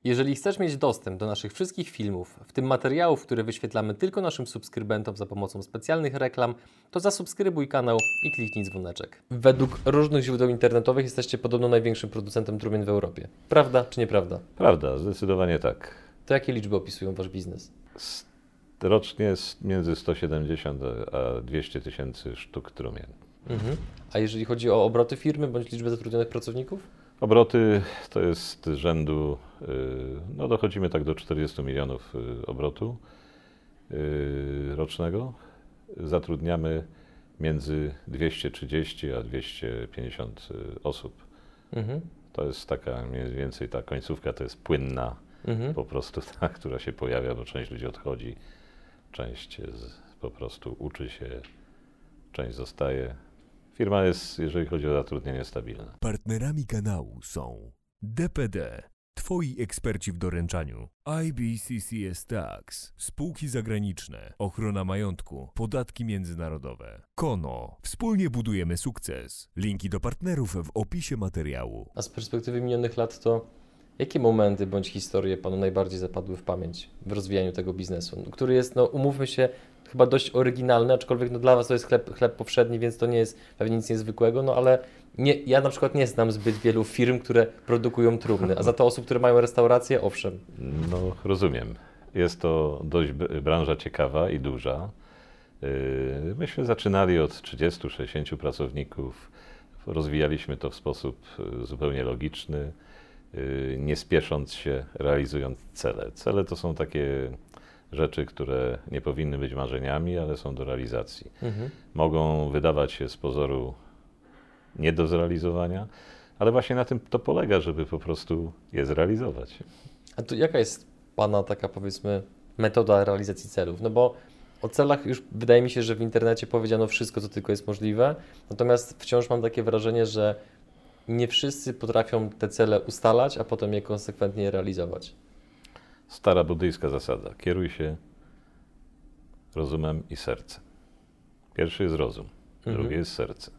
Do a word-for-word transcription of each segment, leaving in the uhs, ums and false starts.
Jeżeli chcesz mieć dostęp do naszych wszystkich filmów, w tym materiałów, które wyświetlamy tylko naszym subskrybentom za pomocą specjalnych reklam, to zasubskrybuj kanał i kliknij dzwoneczek. Według różnych źródeł internetowych jesteście podobno największym producentem trumien w Europie. Prawda czy nieprawda? Prawda, zdecydowanie tak. To jakie liczby opisują wasz biznes? Rocznie jest między sto siedemdziesiąt a dwieście tysięcy sztuk trumien. Mhm. A jeżeli chodzi o obroty firmy bądź liczbę zatrudnionych pracowników? Obroty to jest rzędu, no dochodzimy tak do czterdziestu milionów obrotu rocznego. Zatrudniamy między dwieście trzydzieści a dwieście pięćdziesiąt osób. Mhm. To jest taka mniej więcej ta końcówka, to jest płynna mhm. po prostu ta, która się pojawia, bo część ludzi odchodzi, część z, po prostu uczy się, część zostaje. Firma jest, jeżeli chodzi o zatrudnienie, stabilna. Partnerami kanału są D P D, Twoi eksperci w doręczaniu, I B C C S Tax, spółki zagraniczne, ochrona majątku, podatki międzynarodowe, Kono, wspólnie budujemy sukces. Linki do partnerów w opisie materiału. A z perspektywy minionych lat to jakie momenty bądź historie Panu najbardziej zapadły w pamięć w rozwijaniu tego biznesu, który jest, no umówmy się, chyba dość oryginalny, aczkolwiek no, dla Was to jest chleb, chleb powszedni, więc to nie jest pewnie nic niezwykłego, no ale nie, ja na przykład nie znam zbyt wielu firm, które produkują trumny, a za to osób, które mają restaurację, owszem. No rozumiem. Jest to dość branża ciekawa i duża. Myśmy zaczynali od trzydziestu sześćdziesięciu pracowników, rozwijaliśmy to w sposób zupełnie logiczny, nie spiesząc się, realizując cele. Cele to są takie rzeczy, które nie powinny być marzeniami, ale są do realizacji. Mhm. Mogą wydawać się z pozoru nie do zrealizowania, ale właśnie na tym to polega, żeby po prostu je zrealizować. A to jaka jest Pana taka, powiedzmy, metoda realizacji celów? No bo o celach już wydaje mi się, że w internecie powiedziano wszystko, co tylko jest możliwe, natomiast wciąż mam takie wrażenie, że nie wszyscy potrafią te cele ustalać, a potem je konsekwentnie realizować. Stara buddyjska zasada. Kieruj się rozumem i sercem. Pierwszy jest rozum, mhm. drugi jest serce.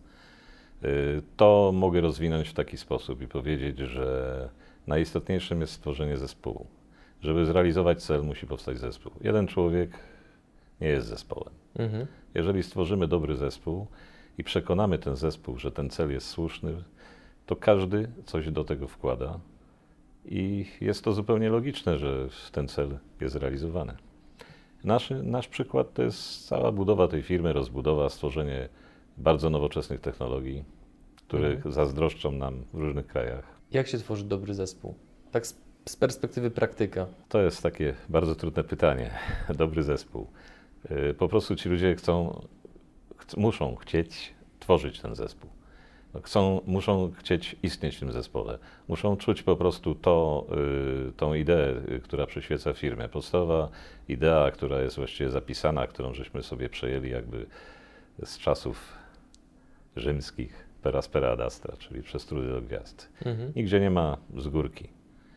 To mogę rozwinąć w taki sposób i powiedzieć, że najistotniejszym jest stworzenie zespołu. Żeby zrealizować cel, musi powstać zespół. Jeden człowiek nie jest zespołem. Mhm. Jeżeli stworzymy dobry zespół i przekonamy ten zespół, że ten cel jest słuszny, to każdy coś do tego wkłada i jest to zupełnie logiczne, że ten cel jest realizowany. Nasz, nasz przykład to jest cała budowa tej firmy, rozbudowa, stworzenie bardzo nowoczesnych technologii, których mhm. zazdroszczą nam w różnych krajach. Jak się tworzy dobry zespół? Tak z, z perspektywy praktyka. To jest takie bardzo trudne pytanie. Dobry zespół. Po prostu ci ludzie chcą, ch muszą chcieć tworzyć ten zespół. Chcą, muszą chcieć istnieć w tym zespole. Muszą czuć po prostu to, y, tą ideę, y, która przyświeca firmie. Podstawowa idea, która jest właściwie zapisana, którą żeśmy sobie przejęli jakby z czasów rzymskich, per aspera ad astra, czyli przez trudy do gwiazd. Mhm. Nigdzie nie ma z górki.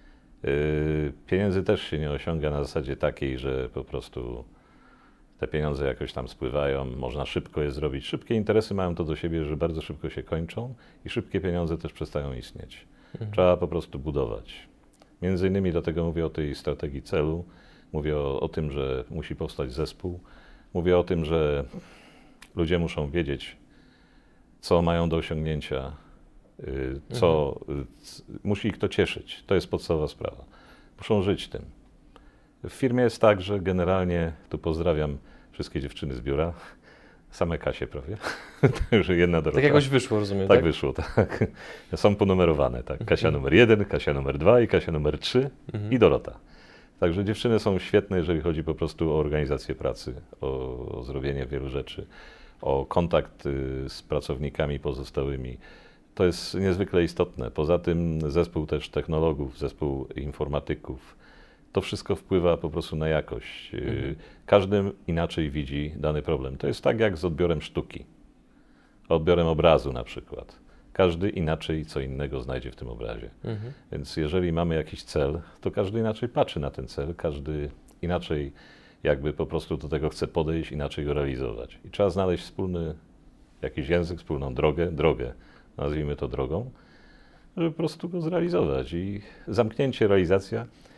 Y, pieniędzy też się nie osiąga na zasadzie takiej, że po prostu te pieniądze jakoś tam spływają, można szybko je zrobić. Szybkie interesy mają to do siebie, że bardzo szybko się kończą i szybkie pieniądze też przestają istnieć. Mhm. Trzeba po prostu budować. Między innymi dlatego mówię o tej strategii celu, mówię o, o tym, że musi powstać zespół, mówię o tym, że ludzie muszą wiedzieć, co mają do osiągnięcia, co mhm. musi ich to cieszyć. To jest podstawowa sprawa. Muszą żyć tym. W firmie jest tak, że generalnie, tu pozdrawiam wszystkie dziewczyny z biura, same Kasie prawie, także jedna Dorota. Tak jakoś wyszło, rozumiem, tak? Tak wyszło, tak. Są ponumerowane, tak. Kasia mhm. numer jeden, Kasia numer dwa i Kasia numer trzy mhm. i Dorota. Także dziewczyny są świetne, jeżeli chodzi po prostu o organizację pracy, o, o zrobienie wielu rzeczy, o kontakt y, z pracownikami pozostałymi. To jest niezwykle istotne. Poza tym zespół też technologów, zespół informatyków, to wszystko wpływa po prostu na jakość. Mhm. Każdy inaczej widzi dany problem. To jest tak jak z odbiorem sztuki, odbiorem obrazu na przykład. Każdy inaczej co innego znajdzie w tym obrazie. Mhm. Więc jeżeli mamy jakiś cel, to każdy inaczej patrzy na ten cel, każdy inaczej jakby po prostu do tego chce podejść, inaczej go realizować. I trzeba znaleźć wspólny jakiś język, wspólną drogę, drogę, nazwijmy to drogą, żeby po prostu go zrealizować. I zamknięcie, realizacja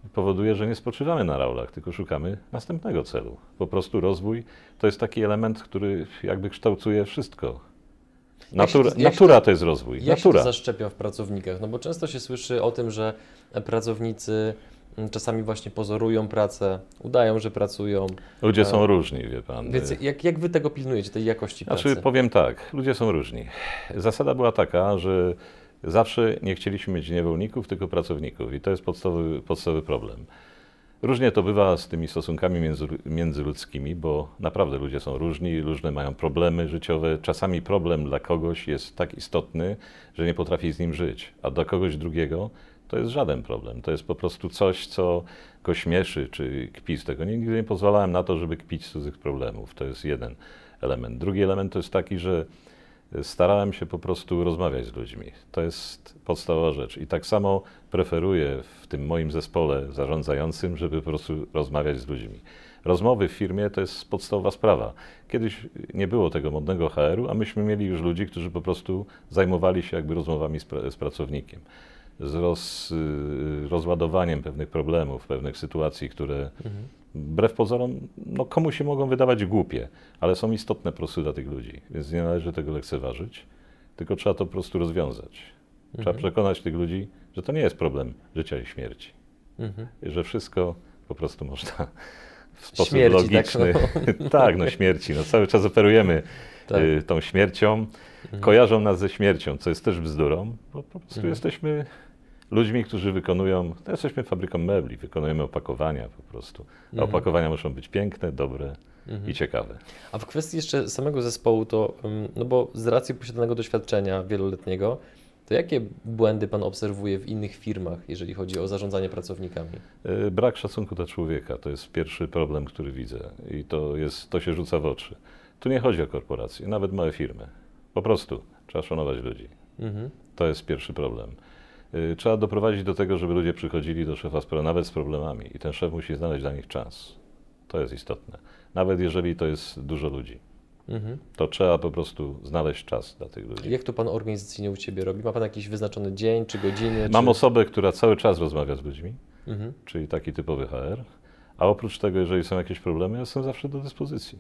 powoduje, że nie spoczywamy na laurach, tylko szukamy następnego celu. Po prostu rozwój to jest taki element, który jakby kształtuje wszystko. Natura, Jak się, jak natura się, to jest rozwój. Jak natura. się to zaszczepia w pracownikach? No bo często się słyszy o tym, że pracownicy czasami właśnie pozorują pracę, udają, że pracują. Ludzie są różni, wie pan. Więc jak, jak wy tego pilnujecie, tej jakości pracy? Znaczy, powiem tak, ludzie są różni. Zasada była taka, że zawsze nie chcieliśmy mieć niewolników, tylko pracowników i to jest podstawowy, podstawowy problem. Różnie to bywa z tymi stosunkami między, międzyludzkimi, bo naprawdę ludzie są różni, różne mają problemy życiowe. Czasami problem dla kogoś jest tak istotny, że nie potrafi z nim żyć, a dla kogoś drugiego to jest żaden problem. To jest po prostu coś, co go śmieszy, czy kpi z tego. Nigdy nie pozwalałem na to, żeby kpić z cudzych problemów. To jest jeden element. Drugi element to jest taki, że starałem się po prostu rozmawiać z ludźmi. To jest podstawowa rzecz. I tak samo preferuję w tym moim zespole zarządzającym, żeby po prostu rozmawiać z ludźmi. Rozmowy w firmie to jest podstawowa sprawa. Kiedyś nie było tego modnego H R u, a myśmy mieli już ludzi, którzy po prostu zajmowali się jakby rozmowami z, pra- z pracownikiem. Z roz, rozładowaniem pewnych problemów, pewnych sytuacji, które mhm. wbrew pozorom, no komuś się mogą wydawać głupie, ale są istotne po prostu dla tych ludzi, więc nie należy tego lekceważyć, tylko trzeba to po prostu rozwiązać. Trzeba mhm. przekonać tych ludzi, że to nie jest problem życia i śmierci, mhm. że wszystko po prostu można w sposób śmierci, logiczny, tak, no. tak, no śmierci, no cały czas operujemy tak. y, tą śmiercią, mhm. kojarzą nas ze śmiercią, co jest też bzdurą, bo po prostu mhm. jesteśmy ludźmi, którzy wykonują, to jesteśmy fabryką mebli, wykonujemy opakowania po prostu. A mhm. opakowania muszą być piękne, dobre mhm. i ciekawe. A w kwestii jeszcze samego zespołu, to no bo z racji posiadanego doświadczenia wieloletniego, to jakie błędy Pan obserwuje w innych firmach, jeżeli chodzi o zarządzanie pracownikami? Brak szacunku dla człowieka to jest pierwszy problem, który widzę i to, jest, to się rzuca w oczy. Tu nie chodzi o korporacje, nawet małe firmy. Po prostu trzeba szanować ludzi. Mhm. To jest pierwszy problem. Trzeba doprowadzić do tego, żeby ludzie przychodzili do szefa nawet z problemami i ten szef musi znaleźć dla nich czas. To jest istotne. Nawet jeżeli to jest dużo ludzi. Mhm. To trzeba po prostu znaleźć czas dla tych ludzi. Jak to Pan organizacyjnie u Ciebie robi? Ma Pan jakiś wyznaczony dzień czy godziny? Mam czy... osobę, która cały czas rozmawia z ludźmi, mhm. czyli taki typowy H R, a oprócz tego, jeżeli są jakieś problemy, ja jestem zawsze do dyspozycji.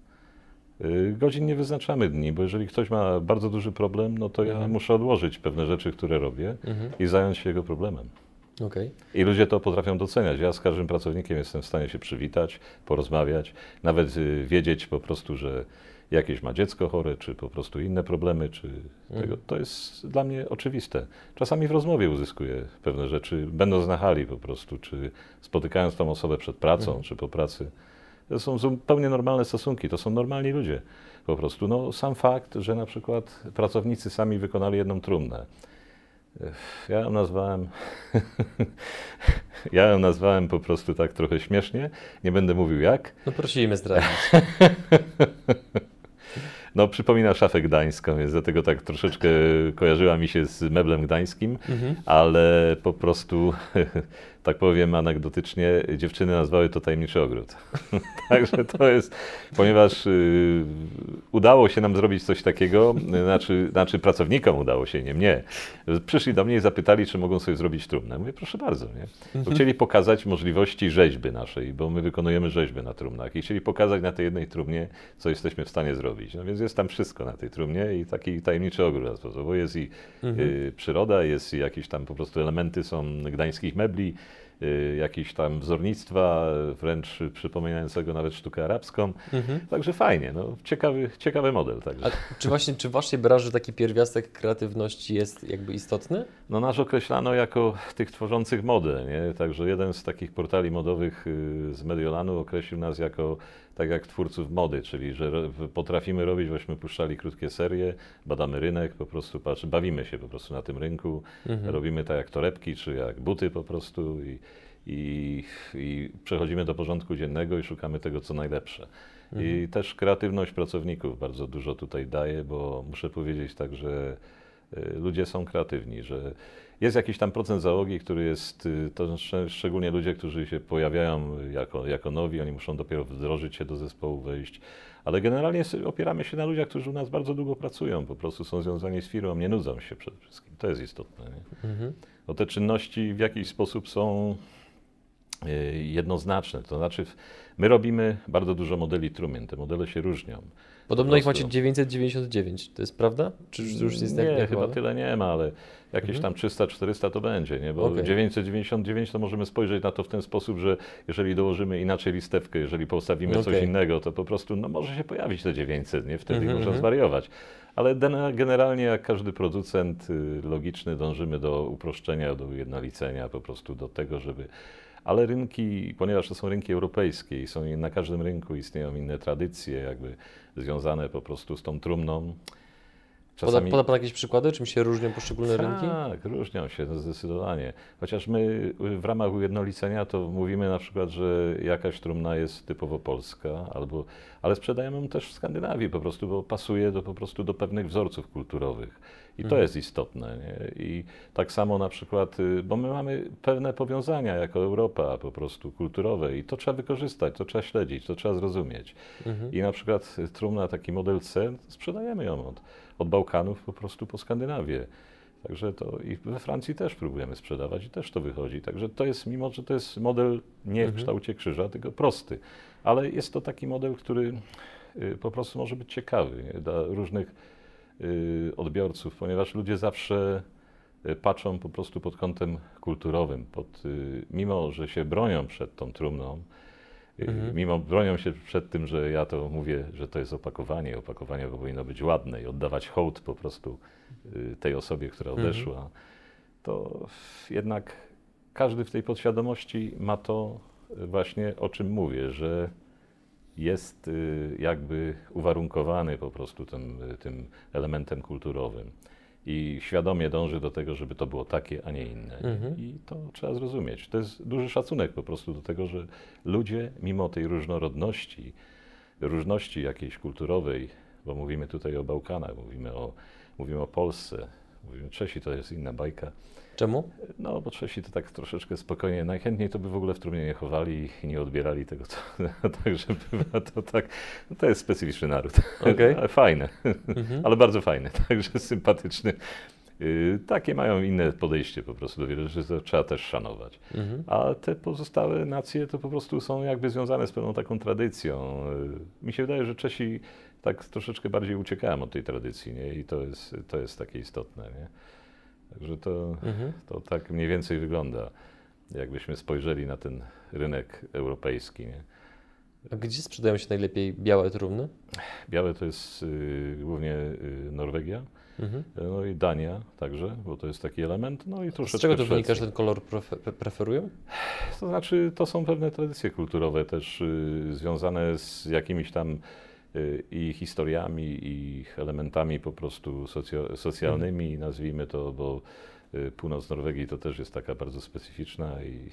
Godzin nie wyznaczamy dni, bo jeżeli ktoś ma bardzo duży problem, no to mhm. ja muszę odłożyć pewne rzeczy, które robię mhm. i zająć się jego problemem. Okay. I ludzie to potrafią doceniać. Ja z każdym pracownikiem jestem w stanie się przywitać, porozmawiać, nawet y, wiedzieć po prostu, że jakieś ma dziecko chore, czy po prostu inne problemy, czy mhm. tego. To jest dla mnie oczywiste. Czasami w rozmowie uzyskuję pewne rzeczy, będąc na hali po prostu, czy spotykając tą osobę przed pracą, mhm. czy po pracy. To są zupełnie normalne stosunki, to są normalni ludzie po prostu. No, sam fakt, że na przykład pracownicy sami wykonali jedną trumnę. Ja ją nazwałem, ja ją nazwałem po prostu tak trochę śmiesznie, nie będę mówił jak. No prosimy zdradzić. No przypomina szafę gdańską, więc dlatego tak troszeczkę kojarzyła mi się z meblem gdańskim, mhm. ale po prostu, tak powiem anegdotycznie, dziewczyny nazwały to tajemniczy ogród. Także to jest, ponieważ y, udało się nam zrobić coś takiego, znaczy, znaczy pracownikom udało się, nie mnie. Przyszli do mnie i zapytali, czy mogą sobie zrobić trumnę. Mówię, proszę bardzo, nie? Bo chcieli pokazać możliwości rzeźby naszej, bo my wykonujemy rzeźby na trumnach i chcieli pokazać na tej jednej trumnie, co jesteśmy w stanie zrobić. No więc jest tam wszystko na tej trumnie i taki tajemniczy ogród, bo jest i mhm. y, przyroda, jest i jakieś tam po prostu elementy są gdańskich mebli, y, jakieś tam wzornictwa, wręcz przypominającego nawet sztukę arabską. Mhm. Także fajnie, no, ciekawy, ciekawy model. Także. A czy właśnie czy w Waszej branży taki pierwiastek kreatywności jest jakby istotny? No nas określano jako tych tworzących modę, nie? Także jeden z takich portali modowych y, z Mediolanu określił nas jako tak jak twórców mody, czyli że potrafimy robić, bośmy puszczali krótkie serie, badamy rynek, po prostu patrzy, bawimy się po prostu na tym rynku, mhm. robimy tak jak torebki, czy jak buty po prostu i, i, i przechodzimy do porządku dziennego i szukamy tego, co najlepsze. Mhm. I też kreatywność pracowników bardzo dużo tutaj daje, bo muszę powiedzieć tak, że ludzie są kreatywni, że jest jakiś tam procent załogi, który jest, to szczególnie ludzie, którzy się pojawiają jako, jako nowi, oni muszą dopiero wdrożyć się do zespołu, wejść, ale generalnie opieramy się na ludziach, którzy u nas bardzo długo pracują, po prostu są związani z firmą, nie nudzą się przede wszystkim, to jest istotne. Nie? Mhm. Bo te czynności w jakiś sposób są jednoznaczne. To znaczy my robimy bardzo dużo modeli trumien, te modele się różnią. Podobno ich macie dziewięćset dziewięćdziesiąt dziewięć, to jest prawda? Czy już jest Nie, chyba tyle nie ma, ale jakieś mhm. tam trzysta czterysta to będzie, nie? Bo okay. dziewięćset dziewięćdziesiąt dziewięć to możemy spojrzeć na to w ten sposób, że jeżeli dołożymy inaczej listewkę, jeżeli postawimy okay. coś innego, to po prostu no, może się pojawić te dziewięćset, nie? Wtedy mm-hmm. można zwariować. Ale generalnie jak każdy producent logiczny dążymy do uproszczenia, do ujednolicenia, po prostu do tego, żeby... Ale rynki, ponieważ to są rynki europejskie i są na każdym rynku istnieją inne tradycje, jakby związane po prostu z tą trumną. Czasami... Poda, poda Pan jakieś przykłady, czym się różnią poszczególne tak, rynki? Tak, różnią się no zdecydowanie. Chociaż my w ramach ujednolicenia to mówimy na przykład, że jakaś trumna jest typowo polska, albo, ale sprzedajemy ją też w Skandynawii po prostu, bo pasuje do, po prostu do pewnych wzorców kulturowych. I to mhm. jest istotne. Nie? I tak samo na przykład, bo my mamy pewne powiązania jako Europa po prostu kulturowe i to trzeba wykorzystać, to trzeba śledzić, to trzeba zrozumieć. Mhm. I na przykład trumna, taki model C, sprzedajemy ją od, od Bałkanów po prostu po Skandynawię. Także to i we Francji też próbujemy sprzedawać i też to wychodzi. Także to jest, mimo że to jest model nie w mhm. kształcie krzyża, tylko prosty, ale jest to taki model, który po prostu może być ciekawy nie? Dla różnych odbiorców, ponieważ ludzie zawsze patrzą po prostu pod kątem kulturowym, pod, mimo że się bronią przed tą trumną, mhm. mimo bronią się przed tym, że ja to mówię, że to jest opakowanie, opakowanie powinno być ładne i oddawać hołd po prostu tej osobie, która odeszła, mhm. to jednak każdy w tej podświadomości ma to właśnie, o czym mówię, że jest jakby uwarunkowany po prostu tym, tym elementem kulturowym i świadomie dąży do tego, żeby to było takie, a nie inne. Mhm. I to trzeba zrozumieć. To jest duży szacunek po prostu do tego, że ludzie mimo tej różnorodności, różności jakiejś kulturowej, bo mówimy tutaj o Bałkanach, mówimy o, mówimy o Polsce, mówimy Czesi, to jest inna bajka. Czemu? No, bo Czesi to tak troszeczkę spokojnie, najchętniej to by w ogóle w trumnie nie chowali i nie odbierali tego, co, także bywa to tak, no to jest specyficzny naród, okay. ale fajne, mhm. ale bardzo fajny, także sympatyczny. Yy, takie mają inne podejście po prostu do wielu rzeczy, to trzeba też szanować. Mhm. A te pozostałe nacje to po prostu są jakby związane z pewną taką tradycją. Yy, mi się wydaje, że Czesi tak troszeczkę bardziej uciekają od tej tradycji, nie? I to jest, to jest takie istotne, nie? Także to, mhm. to tak mniej więcej wygląda, jakbyśmy spojrzeli na ten rynek europejski. Nie? A gdzie sprzedają się najlepiej białe trumny? Białe to jest y, głównie y, Norwegia, mhm. no i Dania także, bo to jest taki element. No i troszeczkę z czego to wynika, że ten kolor prefer- preferują? To znaczy, to są pewne tradycje kulturowe też y, związane z jakimiś tam i historiami, i elementami po prostu socjo- socjalnymi, mhm. nazwijmy to, bo północ Norwegii to też jest taka bardzo specyficzna i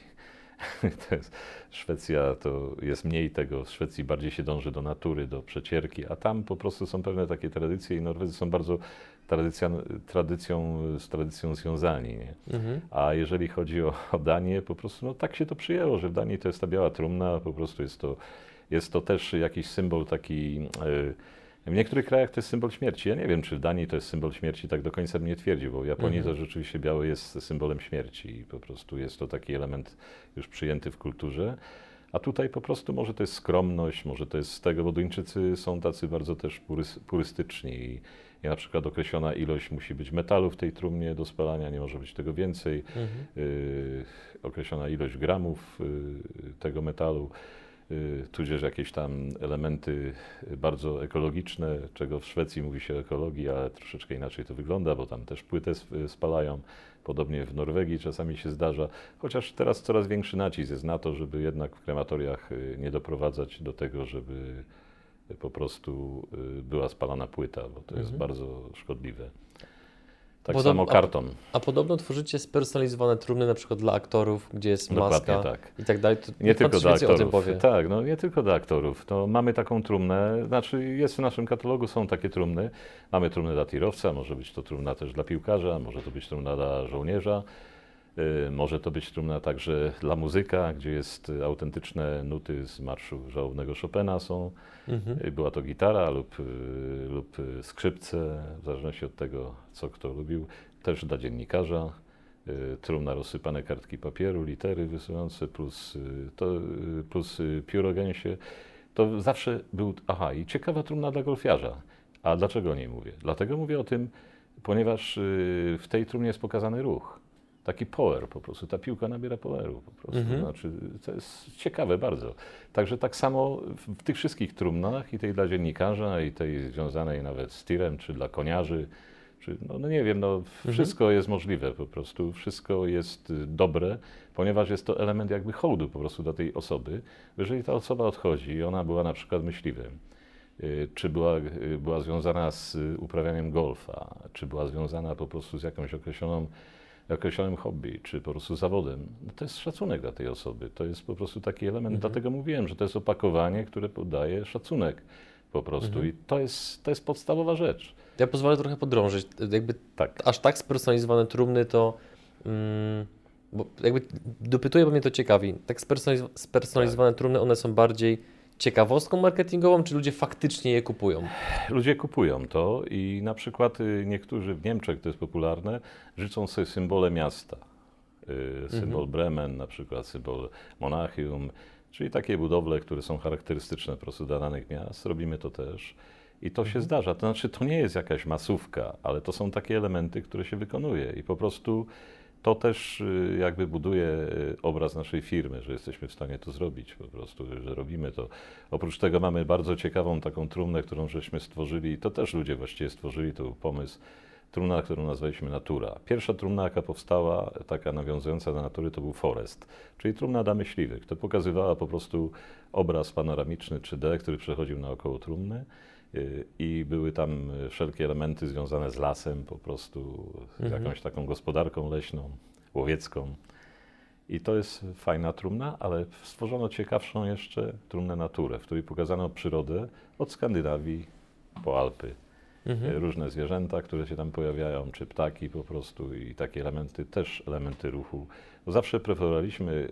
to jest, Szwecja to jest mniej tego, w Szwecji bardziej się dąży do natury, do przecierki, a tam po prostu są pewne takie tradycje i Norwedzy są bardzo tradycją, tradycją, z tradycją związani. Nie? Mhm. A jeżeli chodzi o, o Danię, po prostu no, tak się to przyjęło, że w Danii to jest ta biała trumna, po prostu jest to Jest to też jakiś symbol taki, w niektórych krajach to jest symbol śmierci. Ja nie wiem, czy w Danii to jest symbol śmierci, tak do końca bym nie twierdził, bo w Japonii mhm. to rzeczywiście białe jest symbolem śmierci i po prostu jest to taki element już przyjęty w kulturze. A tutaj po prostu może to jest skromność, może to jest z tego, bo Duńczycy są tacy bardzo też purys, purystyczni i, i na przykład określona ilość musi być metalu w tej trumnie do spalania, nie może być tego więcej, mhm. y, określona ilość gramów y, tego metalu. Tudzież jakieś tam elementy bardzo ekologiczne, czego w Szwecji mówi się o ekologii, ale troszeczkę inaczej to wygląda, bo tam też płytę spalają. Podobnie w Norwegii czasami się zdarza, chociaż teraz coraz większy nacisk jest na to, żeby jednak w krematoriach nie doprowadzać do tego, żeby po prostu była spalana płyta, bo to mhm. jest bardzo szkodliwe. Tak Podob- samo karton. A, a podobno tworzycie spersonalizowane trumny na przykład dla aktorów, gdzie jest maska Dokładnie tak. i tak dalej. To nie tylko dla aktorów. O tym powie. Tak, no nie tylko dla aktorów. To mamy taką trumnę, znaczy jest w naszym katalogu, są takie trumny. Mamy trumnę dla tirowca, może być to trumna też dla piłkarza, może to być trumna dla żołnierza. Yy, może to być trumna także dla muzyka, gdzie jest autentyczne nuty z marszu żałobnego Chopina są. Mhm. Yy, była to gitara lub, yy, lub skrzypce, w zależności od tego, co kto lubił. Też dla dziennikarza trumna, rozsypane kartki papieru, litery wysyłające plus, to, plus pióro gęsie. To zawsze był, aha, i ciekawa trumna dla golfiarza. A dlaczego o niej mówię? Dlatego mówię o tym, ponieważ w tej trumnie jest pokazany ruch. Taki power po prostu, ta piłka nabiera poweru po prostu. Mhm. Znaczy, to jest ciekawe bardzo. Także tak samo w, w tych wszystkich trumnach, i tej dla dziennikarza, i tej związanej nawet z tirem, czy dla koniarzy, czy, no, no nie wiem, no wszystko mhm. jest możliwe po prostu, wszystko jest dobre, ponieważ jest to element jakby hołdu po prostu dla tej osoby. Jeżeli ta osoba odchodzi i ona była na przykład myśliwym, czy była, była związana z uprawianiem golfa, czy była związana po prostu z jakąś określoną, określonym hobby, czy po prostu zawodem, no to jest szacunek dla tej osoby. To jest po prostu taki element, mhm. dlatego mówiłem, że to jest opakowanie, które podaje szacunek po prostu mhm. i to jest, to jest podstawowa rzecz. Ja pozwolę trochę podrążyć. Jakby tak. Aż tak spersonalizowane trumny to, mm, bo jakby dopytuję, bo mnie to ciekawi. Tak spersonaliz- spersonalizowane tak. trumny, one są bardziej ciekawostką marketingową, czy ludzie faktycznie je kupują? Ludzie kupują to i na przykład niektórzy w Niemczech, to jest popularne, życzą sobie symbole miasta. Symbol mhm. Bremen, na przykład symbol Monachium, czyli takie budowle, które są charakterystyczne po prostu dla danych miast. Robimy to też i to mhm. się zdarza. To znaczy, to nie jest jakaś masówka, ale to są takie elementy, które się wykonuje i po prostu to też jakby buduje obraz naszej firmy, że jesteśmy w stanie to zrobić po prostu, że robimy to. Oprócz tego mamy bardzo ciekawą taką trumnę, którą żeśmy stworzyli, to też ludzie właściwie stworzyli, to był pomysł, trumna, którą nazwaliśmy Natura. Pierwsza trumna, jaka powstała, taka nawiązująca do natury, to był Forest, czyli trumna dla myśliwych. To pokazywała po prostu obraz panoramiczny trzy D, który przechodził naokoło trumny. I były tam wszelkie elementy związane z lasem, po prostu z mhm. jakąś taką gospodarką leśną, łowiecką. I to jest fajna trumna, ale stworzono ciekawszą jeszcze trumnę Naturę, w której pokazano przyrodę od Skandynawii po Alpy. Mhm. Różne zwierzęta, które się tam pojawiają, czy ptaki po prostu i takie elementy, też elementy ruchu. Bo zawsze preferowaliśmy,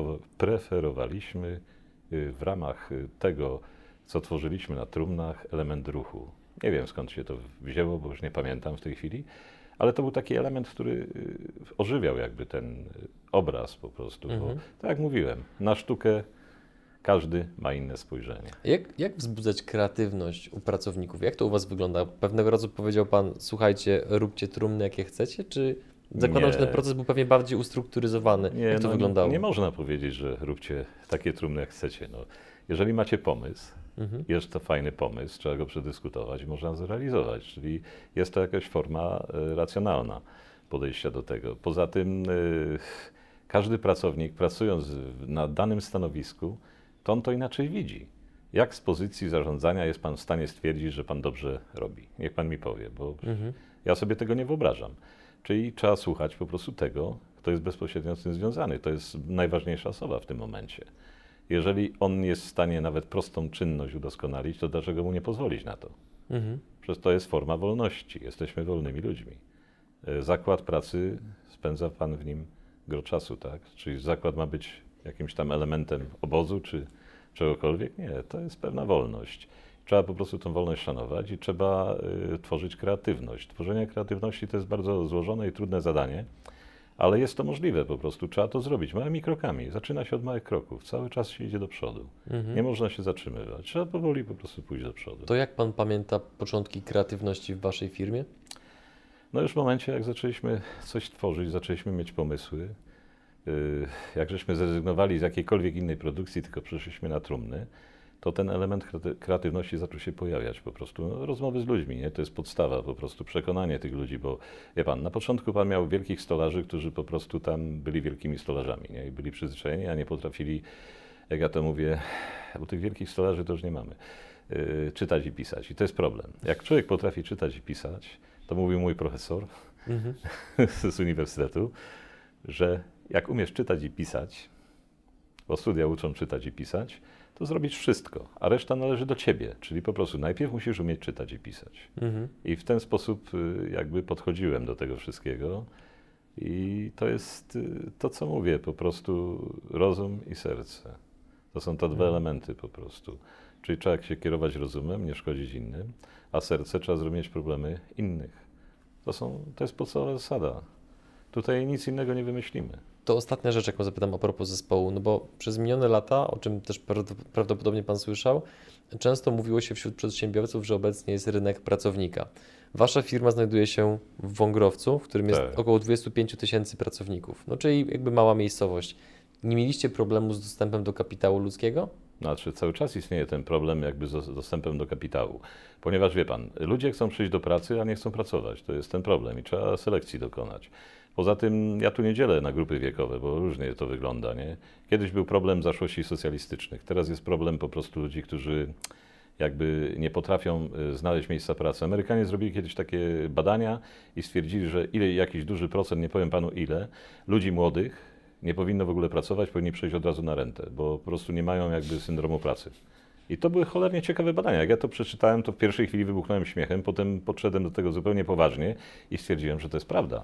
preferowaliśmy w ramach tego, co tworzyliśmy na trumnach, element ruchu. Nie wiem, skąd się to wzięło, bo już nie pamiętam w tej chwili, ale to był taki element, który ożywiał jakby ten obraz po prostu. Mhm. Bo, tak jak mówiłem, na sztukę każdy ma inne spojrzenie. Jak, jak wzbudzać kreatywność u pracowników? Jak to u Was wygląda? Pewnego razu powiedział Pan, słuchajcie, róbcie trumny, jakie chcecie, czy zakładam, że ten proces był pewnie bardziej ustrukturyzowany? Nie, jak to no, wyglądało? Nie można powiedzieć, że róbcie takie trumny, jak chcecie. No, jeżeli macie pomysł, Mhm. jest to fajny pomysł, trzeba go przedyskutować i można zrealizować, czyli jest to jakaś forma y, racjonalna podejścia do tego. Poza tym y, każdy pracownik pracując na danym stanowisku, to on to inaczej widzi. Jak z pozycji zarządzania jest Pan w stanie stwierdzić, że Pan dobrze robi? Niech Pan mi powie, bo mhm. ja sobie tego nie wyobrażam. Czyli trzeba słuchać po prostu tego, kto jest bezpośrednio z tym związany. To jest najważniejsza osoba w tym momencie. Jeżeli on jest w stanie nawet prostą czynność udoskonalić, to dlaczego mu nie pozwolić na to? Mhm. Przecież to jest forma wolności. Jesteśmy wolnymi ludźmi. Zakład pracy, spędza Pan w nim gro czasu, tak? Czyli zakład ma być jakimś tam elementem obozu, czy czegokolwiek? Nie, to jest pewna wolność. Trzeba po prostu tę wolność szanować i trzeba y, tworzyć kreatywność. Tworzenie kreatywności to jest bardzo złożone i trudne zadanie. Ale jest to możliwe po prostu, trzeba to zrobić małymi krokami. Zaczyna się od małych kroków, cały czas się idzie do przodu. Mhm. Nie można się zatrzymywać, trzeba powoli po prostu pójść do przodu. To jak Pan pamięta początki kreatywności w Waszej firmie? No już w momencie, jak zaczęliśmy coś tworzyć, zaczęliśmy mieć pomysły, yy, jak żeśmy zrezygnowali z jakiejkolwiek innej produkcji, tylko przeszliśmy na trumny, to ten element kreatywności zaczął się pojawiać po prostu. No, rozmowy z ludźmi, nie? To jest podstawa, po prostu przekonanie tych ludzi, bo wie Pan, na początku Pan miał wielkich stolarzy, którzy po prostu tam byli wielkimi stolarzami, nie? I byli przyzwyczajeni, a nie potrafili, jak ja to mówię, bo tych wielkich stolarzy to już nie mamy, yy, czytać i pisać. I to jest problem. Jak człowiek potrafi czytać i pisać, to mówił mój profesor mhm. z uniwersytetu, że jak umiesz czytać i pisać, bo studia uczą czytać i pisać, to zrobić wszystko, a reszta należy do ciebie, czyli po prostu najpierw musisz umieć czytać i pisać. Mhm. I w ten sposób jakby podchodziłem do tego wszystkiego i to jest to, co mówię, po prostu rozum i serce. To są te dwa mhm. elementy po prostu. Czyli trzeba się kierować rozumem, nie szkodzić innym, a serce trzeba zrozumieć problemy innych. To, są, to jest podstawowa zasada. Tutaj nic innego nie wymyślimy. To ostatnia rzecz, jaką zapytam a propos zespołu, no bo przez minione lata, o czym też prawdopodobnie Pan słyszał, często mówiło się wśród przedsiębiorców, że obecnie jest rynek pracownika. Wasza firma znajduje się w Wągrowcu, w którym jest Tak. około dwadzieścia pięć tysięcy pracowników, no czyli jakby mała miejscowość. Nie mieliście problemu z dostępem do kapitału ludzkiego? Znaczy cały czas istnieje ten problem jakby z dostępem do kapitału, ponieważ wie Pan, ludzie chcą przyjść do pracy, a nie chcą pracować. To jest ten problem i trzeba selekcji dokonać. Poza tym ja tu nie dzielę na grupy wiekowe, bo różnie to wygląda, nie? Kiedyś był problem zaszłości socjalistycznych, teraz jest problem po prostu ludzi, którzy jakby nie potrafią znaleźć miejsca pracy. Amerykanie zrobili kiedyś takie badania i stwierdzili, że ile, jakiś duży procent, nie powiem Panu ile, ludzi młodych nie powinno w ogóle pracować, powinni przejść od razu na rentę, bo po prostu nie mają jakby syndromu pracy. I to były cholernie ciekawe badania. Jak ja to przeczytałem, to w pierwszej chwili wybuchnąłem śmiechem, potem podszedłem do tego zupełnie poważnie i stwierdziłem, że to jest prawda.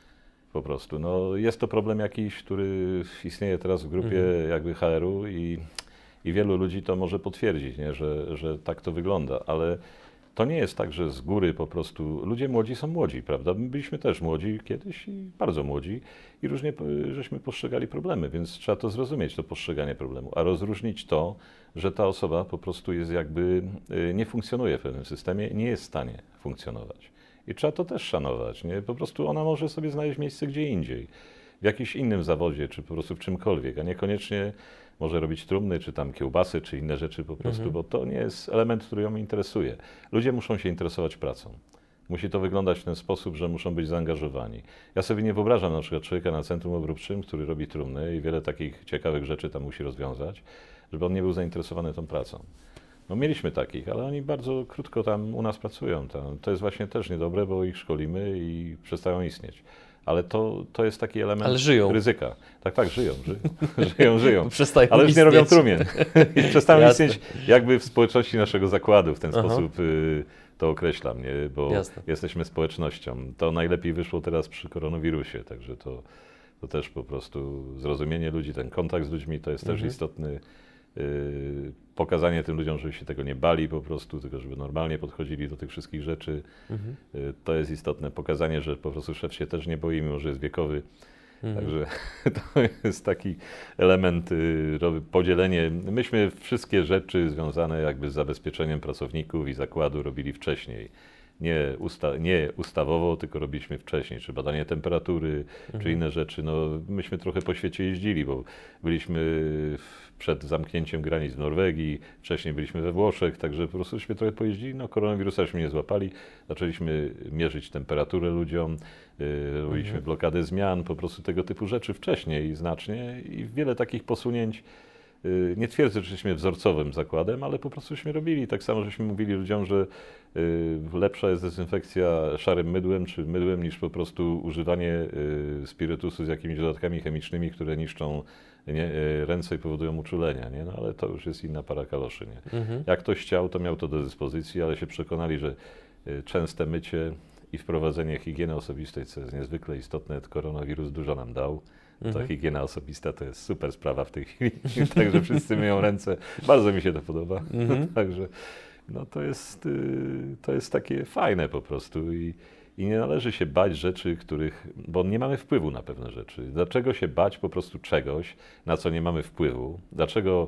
Po prostu. No, jest to problem jakiś, który istnieje teraz w grupie mhm. jakby H R-u i, i wielu ludzi to może potwierdzić, nie? Że, że tak to wygląda, ale to nie jest tak, że z góry po prostu ludzie młodzi są młodzi, prawda? My byliśmy też młodzi kiedyś i bardzo młodzi i różnie żeśmy postrzegali problemy, więc trzeba to zrozumieć, to postrzeganie problemu, a rozróżnić to, że ta osoba po prostu jest jakby, nie funkcjonuje w pewnym systemie, nie jest w stanie funkcjonować. I trzeba to też szanować, nie? Po prostu ona może sobie znaleźć miejsce gdzie indziej, w jakimś innym zawodzie, czy po prostu w czymkolwiek, a niekoniecznie może robić trumny, czy tam kiełbasy, czy inne rzeczy po prostu, mhm. bo to nie jest element, który ją interesuje. Ludzie muszą się interesować pracą. Musi to wyglądać w ten sposób, że muszą być zaangażowani. Ja sobie nie wyobrażam na przykład człowieka na centrum obróbczym, który robi trumny i wiele takich ciekawych rzeczy tam musi rozwiązać, żeby on nie był zainteresowany tą pracą. No mieliśmy takich, ale oni bardzo krótko tam u nas pracują. Tam. To jest właśnie też niedobre, bo ich szkolimy i przestają istnieć. Ale to, to jest taki element ale żyją. ryzyka. Tak, tak, żyją, żyją, żyją, żyją. Przestają ale już istnieć. nie robią trumien. I przestają Jasne. istnieć jakby w społeczności naszego zakładu. W ten Aha. sposób y, to określam, nie? Bo Jasne. jesteśmy społecznością. To najlepiej wyszło teraz przy koronawirusie, także to, to też po prostu zrozumienie ludzi, ten kontakt z ludźmi to jest mhm. też istotny. Yy, pokazanie tym ludziom, żeby się tego nie bali po prostu, tylko żeby normalnie podchodzili do tych wszystkich rzeczy. Mhm. Yy, to jest istotne. Pokazanie, że po prostu szef się też nie boi, mimo że jest wiekowy. Mhm. Także to jest taki element, yy, podzielenie. Myśmy wszystkie rzeczy związane jakby z zabezpieczeniem pracowników i zakładu robili wcześniej. Nie, usta nie ustawowo, tylko robiliśmy wcześniej, czy badanie temperatury, mhm. czy inne rzeczy. No, myśmy trochę po świecie jeździli, bo byliśmy przed zamknięciem granic w Norwegii, wcześniej byliśmy we Włoszech, także po prostuśmy trochę pojeździli. No, koronawirusaśmy nie złapali, zaczęliśmy mierzyć temperaturę ludziom, yy, robiliśmy mhm. blokadę zmian, po prostu tego typu rzeczy wcześniej znacznie i wiele takich posunięć. Nie twierdzę, że jesteśmy wzorcowym zakładem, ale po prostuśmy robili. Tak samo, żeśmy mówili ludziom, że lepsza jest dezynfekcja szarym mydłem czy mydłem niż po prostu używanie spirytusu z jakimiś dodatkami chemicznymi, które niszczą nie, ręce i powodują uczulenia. Nie? No, ale to już jest inna para kaloszy. Nie? Mhm. Jak ktoś chciał, to miał to do dyspozycji, ale się przekonali, że częste mycie i wprowadzenie higieny osobistej, co jest niezwykle istotne, koronawirus dużo nam dał. Mhm. Ta higiena osobista to jest super sprawa w tej chwili, także wszyscy myją ręce. Bardzo mi się to podoba. Mhm. Także no to jest, to jest takie fajne po prostu i, i nie należy się bać rzeczy, których, bo nie mamy wpływu na pewne rzeczy. Dlaczego się bać po prostu czegoś, na co nie mamy wpływu? Dlaczego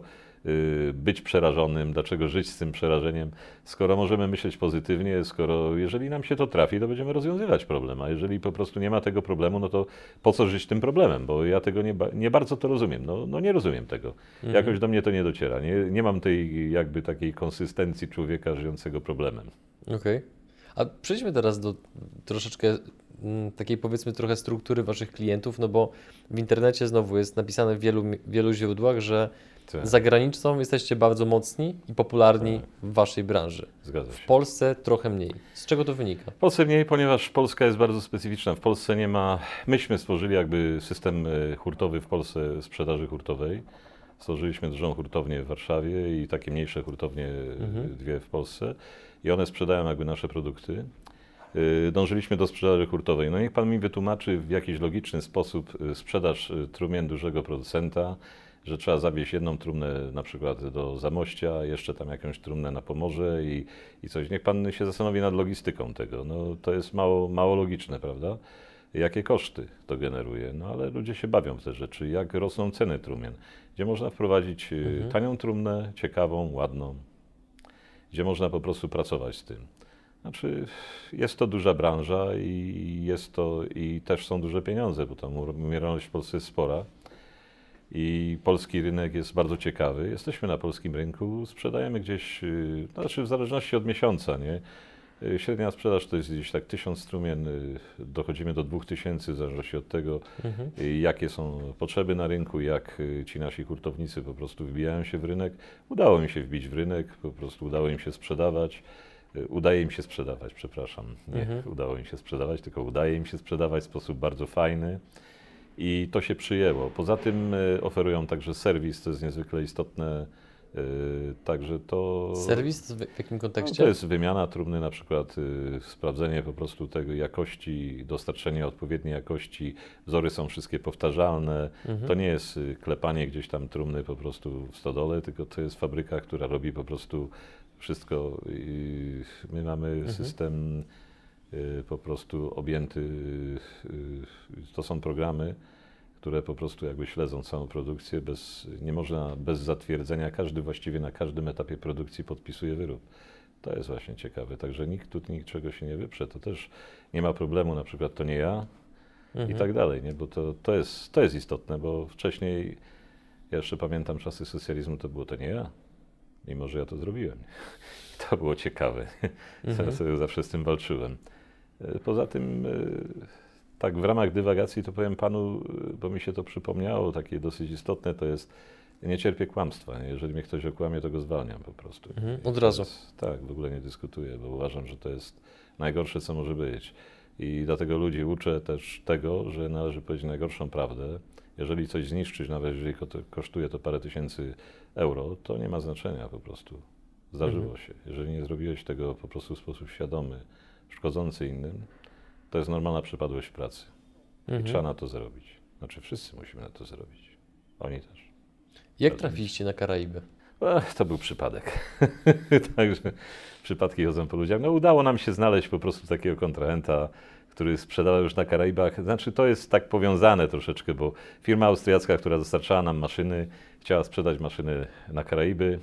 być przerażonym, dlaczego żyć z tym przerażeniem, skoro możemy myśleć pozytywnie, skoro jeżeli nam się to trafi, to będziemy rozwiązywać problem, a jeżeli po prostu nie ma tego problemu, no to po co żyć tym problemem, bo ja tego nie, nie bardzo to rozumiem, no, no nie rozumiem tego, mhm. jakoś do mnie to nie dociera, nie, nie mam tej jakby takiej konsystencji człowieka żyjącego problemem. Okej, okay. A przejdźmy teraz do troszeczkę takiej powiedzmy trochę struktury waszych klientów, no bo w internecie znowu jest napisane w wielu, wielu źródłach, że tak. za granicą jesteście bardzo mocni i popularni tak. w waszej branży. Zgadza się. W Polsce trochę mniej. Z czego to wynika? W Polsce mniej, ponieważ Polska jest bardzo specyficzna. W Polsce nie ma... Myśmy stworzyli jakby system hurtowy w Polsce sprzedaży hurtowej. Stworzyliśmy dużą hurtownię w Warszawie i takie mniejsze hurtownie, mhm. dwie w Polsce. I one sprzedają jakby nasze produkty. Dążyliśmy do sprzedaży hurtowej. No niech Pan mi wytłumaczy w jakiś logiczny sposób sprzedaż trumien dużego producenta, że trzeba zawieźć jedną trumnę na przykład do Zamościa, jeszcze tam jakąś trumnę na Pomorze i, i coś. Niech Pan się zastanowi nad logistyką tego. No, to jest mało, mało logiczne, prawda? jakie koszty to generuje. No ale ludzie się bawią w te rzeczy, jak rosną ceny trumien, gdzie można wprowadzić mhm. tanią trumnę, ciekawą, ładną, gdzie można po prostu pracować z tym. Znaczy, jest to duża branża i jest to, i też są duże pieniądze, bo tam umieralność w Polsce jest spora i polski rynek jest bardzo ciekawy. Jesteśmy na polskim rynku, sprzedajemy gdzieś, znaczy w zależności od miesiąca, nie? Średnia sprzedaż to jest gdzieś tak tysiąc strumien, dochodzimy do dwóch tysięcy, w zależności od tego, mhm. jakie są potrzeby na rynku, jak ci nasi hurtownicy po prostu wbijają się w rynek. Udało mi się wbić w rynek, po prostu udało im się sprzedawać. Udaje im się sprzedawać, przepraszam, nie mhm. udało im się sprzedawać, tylko udaje im się sprzedawać w sposób bardzo fajny i to się przyjęło. Poza tym oferują także serwis, to jest niezwykle istotne, także to... Serwis w jakim kontekście? No, to jest wymiana trumny, na przykład sprawdzenie po prostu tego jakości, dostarczenie odpowiedniej jakości, wzory są wszystkie powtarzalne, mhm. to nie jest klepanie gdzieś tam trumny po prostu w stodole, tylko to jest fabryka, która robi po prostu wszystko. My mamy mhm. system po prostu objęty, to są programy, które po prostu jakby śledzą całą produkcję, bez, nie można bez zatwierdzenia, każdy właściwie na każdym etapie produkcji podpisuje wyrób. To jest właśnie ciekawe, także nikt tu niczego się nie wyprze, to też nie ma problemu, na przykład to nie ja mhm. i tak dalej, nie? Bo to, to, jest, to jest istotne, bo wcześniej, ja jeszcze pamiętam czasy socjalizmu, to było to nie ja. Mimo że ja to zrobiłem. To było ciekawe. Mhm. Ja sobie zawsze z tym walczyłem. Poza tym, tak w ramach dywagacji to powiem panu, bo mi się to przypomniało, takie dosyć istotne, to jest, nie cierpię kłamstwa. Nie? Jeżeli mnie ktoś okłamie, to go zwalniam po prostu. Mhm. Od razu. Jest, tak, w ogóle nie dyskutuję, bo uważam, że to jest najgorsze, co może być. I dlatego ludzi uczę też tego, że należy powiedzieć najgorszą prawdę. Jeżeli coś zniszczyć, nawet jeżeli kosztuje to parę tysięcy euro, to nie ma znaczenia po prostu. Zdarzyło mhm. się. Jeżeli nie zrobiłeś tego po prostu w sposób świadomy, szkodzący innym, to jest normalna przypadłość w pracy. Mhm. I trzeba na to zrobić. Znaczy wszyscy musimy na to zrobić. Oni też. Jak trafiliście na Karaiby? Ech, to był przypadek. Także przypadki chodzą po ludziach. No udało nam się znaleźć po prostu takiego kontrahenta, który sprzedawał już na Karaibach. Znaczy to jest tak powiązane troszeczkę, bo firma austriacka, która dostarczała nam maszyny, chciała sprzedać maszyny na Karaiby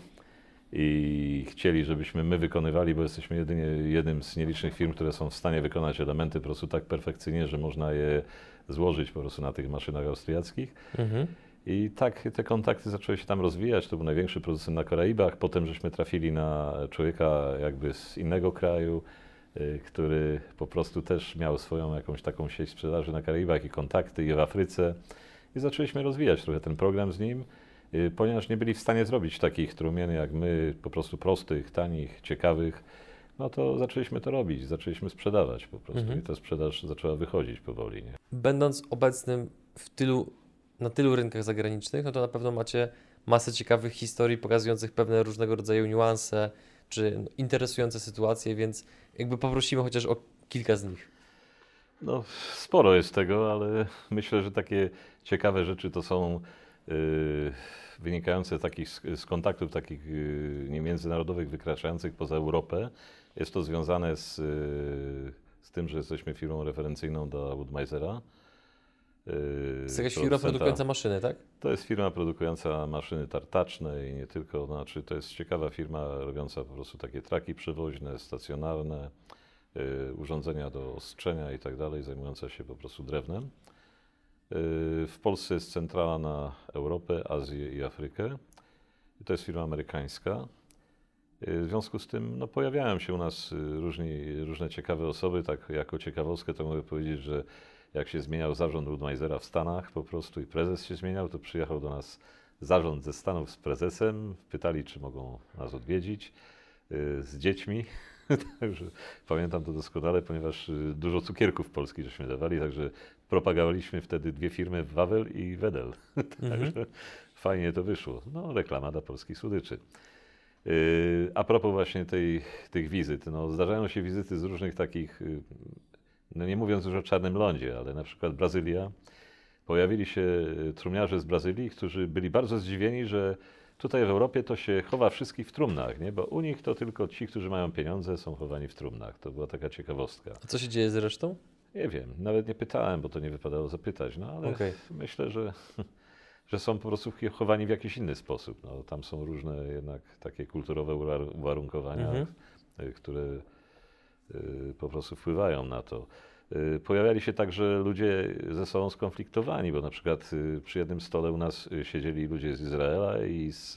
i chcieli, żebyśmy my wykonywali, bo jesteśmy jedynie jednym z nielicznych firm, które są w stanie wykonać elementy po prostu tak perfekcyjnie, że można je złożyć po prostu na tych maszynach austriackich. Mhm. I tak te kontakty zaczęły się tam rozwijać. To był największy producent na Karaibach. Potem żeśmy trafili na człowieka jakby z innego kraju, który po prostu też miał swoją jakąś taką sieć sprzedaży na Karaibach i kontakty i w Afryce. I zaczęliśmy rozwijać trochę ten program z nim, ponieważ nie byli w stanie zrobić takich trumien jak my, po prostu prostych, tanich, ciekawych. No to zaczęliśmy to robić, zaczęliśmy sprzedawać po prostu mhm. i ta sprzedaż zaczęła wychodzić powoli. Nie? Będąc obecnym w tylu, na tylu rynkach zagranicznych, no to na pewno macie masę ciekawych historii pokazujących pewne różnego rodzaju niuanse czy interesujące sytuacje, więc jakby poprosimy chociaż o kilka z nich. No sporo jest tego, ale myślę, że takie ciekawe rzeczy to są yy, wynikające takich, z kontaktów takich yy, międzynarodowych wykraczających poza Europę. Jest to związane z, yy, z tym, że jesteśmy firmą referencyjną dla Wood-Misera. To jest jakaś firma produkująca maszyny, tak? To jest firma produkująca maszyny tartaczne i nie tylko, znaczy to jest ciekawa firma robiąca po prostu takie traki przewoźne, stacjonarne, y, urządzenia do ostrzenia i tak dalej, zajmująca się po prostu drewnem. Y, w Polsce jest centrala na Europę, Azję i Afrykę. I to jest firma amerykańska. Y, w związku z tym no, pojawiają się u nas różni, różne ciekawe osoby, tak jako ciekawostkę to mogę powiedzieć, że jak się zmieniał zarząd Wood-Misera w Stanach po prostu i prezes się zmieniał, to przyjechał do nas zarząd ze Stanów z prezesem, pytali, czy mogą nas odwiedzić yy, z dziećmi. Także pamiętam to doskonale, ponieważ yy, dużo cukierków polskich żeśmy dawali, także propagowaliśmy wtedy dwie firmy, Wawel i Wedel. Także mm-hmm. fajnie to wyszło. No, reklama dla polskich słodyczy. Yy, a propos właśnie tej, tych wizyt, no, zdarzają się wizyty z różnych takich yy, no nie mówiąc już o czarnym lądzie, ale na przykład Brazylia. Pojawili się trumniarze z Brazylii, którzy byli bardzo zdziwieni, że tutaj w Europie to się chowa wszystkich w trumnach, nie? Bo u nich to tylko ci, którzy mają pieniądze, są chowani w trumnach. To była taka ciekawostka. A co się dzieje z resztą? Nie wiem, nawet nie pytałem, bo to nie wypadało zapytać, no ale Okay. myślę, że, że są po prostu chowani w jakiś inny sposób. No, tam są różne jednak takie kulturowe uwarunkowania, Mhm. y, które y, po prostu wpływają na to. Y, Pojawiali się także ludzie ze sobą skonfliktowani, bo na przykład y, przy jednym stole u nas y, siedzieli ludzie z Izraela i z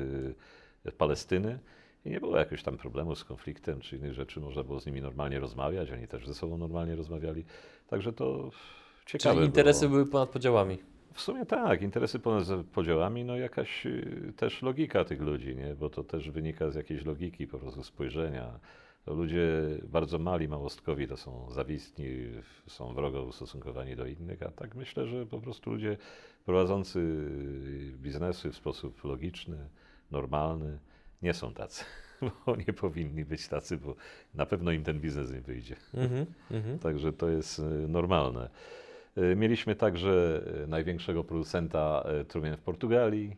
y, Palestyny. I nie było jakiegoś tam problemu z konfliktem czy innych rzeczy, można było z nimi normalnie rozmawiać, oni też ze sobą normalnie rozmawiali. Także to ciekawe Czyli interesy było. były ponad podziałami. W sumie tak, interesy ponad podziałami, no jakaś y, też logika tych ludzi, nie? Bo to też wynika z jakiejś logiki, po prostu spojrzenia. To ludzie bardzo mali, małostkowi, to są zawistni, są wrogo ustosunkowani do innych, a tak myślę, że po prostu ludzie prowadzący biznesy w sposób logiczny, normalny, nie są tacy, bo nie powinni być tacy, bo na pewno im ten biznes nie wyjdzie. Mhm, mhm. Także to jest y, normalne. Y, Mieliśmy także y, największego producenta y, trumien w Portugalii.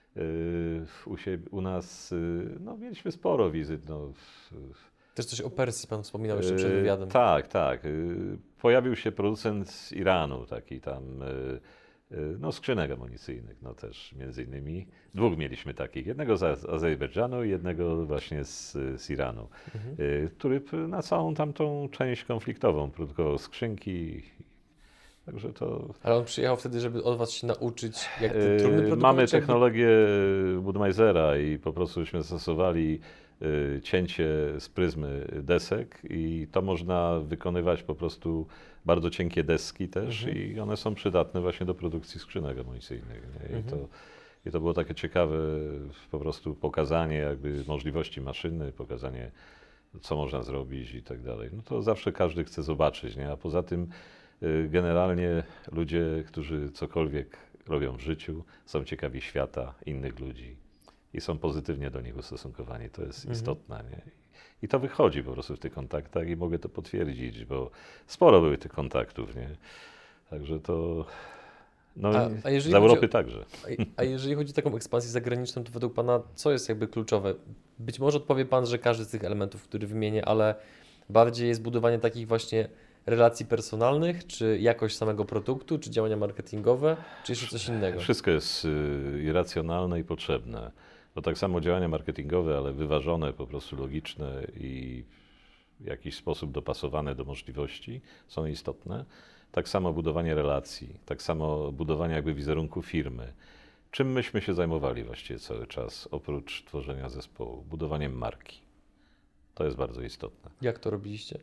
Y, U, siebie, u nas y, no, mieliśmy sporo wizyt. No, Też coś o Persji pan wspominał jeszcze przed wywiadem. Y, Tak, tak. Y, Pojawił się producent z Iranu, taki tam, y, y, no skrzynek amunicyjnych, no też między innymi. Dwóch mieliśmy takich, jednego z Az- Azerbejdżanu i jednego właśnie z, z Iranu, Mhm. y, który p- na całą tamtą część konfliktową produkował skrzynki. Także to... Ale on przyjechał wtedy, żeby od was się nauczyć, jak te Yy, trumny produkować? Mamy czy jakby- technologię Budmeisera i po prostu żeśmy zastosowali yy, cięcie z pryzmy desek i to można wykonywać po prostu bardzo cienkie deski też Mhm. i one są przydatne właśnie do produkcji skrzynek amunicyjnych. Nie? I, Mhm. to, I to było takie ciekawe po prostu pokazanie jakby możliwości maszyny, pokazanie co można zrobić i tak dalej. No to zawsze każdy chce zobaczyć, nie? A poza tym y, generalnie ludzie, którzy cokolwiek robią w życiu, są ciekawi świata, innych ludzi i są pozytywnie do nich ustosunkowani. To jest Mhm. istotne, nie? I to wychodzi po prostu w tych kontaktach i mogę to potwierdzić, bo sporo były tych kontaktów, nie? Także to... No A- i a jeżeli z Europy chodzi o- także. A- A jeżeli chodzi o taką ekspansję zagraniczną, to według Pana co jest jakby kluczowe? Być może odpowie Pan, że każdy z tych elementów, który wymienię, ale bardziej jest budowanie takich właśnie relacji personalnych, czy jakość samego produktu, czy działania marketingowe, czy jeszcze coś innego? Wszystko jest y, irracjonalne i potrzebne. To tak samo działania marketingowe, ale wyważone, po prostu logiczne i w jakiś sposób dopasowane do możliwości są istotne. Tak samo budowanie relacji, tak samo budowanie jakby wizerunku firmy. Czym myśmy się zajmowali właściwie cały czas, oprócz tworzenia zespołu? Budowaniem marki. To jest bardzo istotne. Jak to robiliście?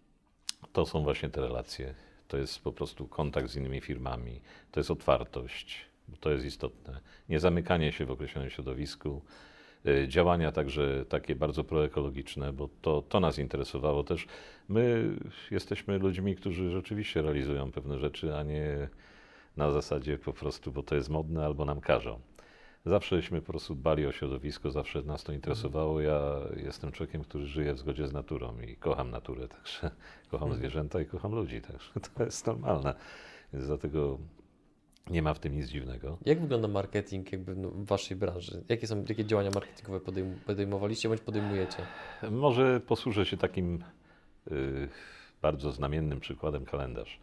To są właśnie te relacje. To jest po prostu kontakt z innymi firmami. To jest otwartość, bo to jest istotne. Nie zamykanie się w określonym środowisku. Y, Działania także takie bardzo proekologiczne, bo to, to nas interesowało też. My jesteśmy ludźmi, którzy rzeczywiście realizują pewne rzeczy, a nie na zasadzie po prostu, bo to jest modne albo nam każą. Zawsześmy po prostu dbali o środowisko, zawsze nas to interesowało. Ja jestem człowiekiem, który żyje w zgodzie z naturą i kocham naturę, także kocham Mhm. zwierzęta i kocham ludzi, także to jest normalne. Więc dlatego nie ma w tym nic dziwnego. Jak wygląda marketing jakby no, w Waszej branży? Jakie są, jakie działania marketingowe podejm- podejmowaliście bądź podejmujecie? Może posłużę się takim y, bardzo znamiennym przykładem kalendarz.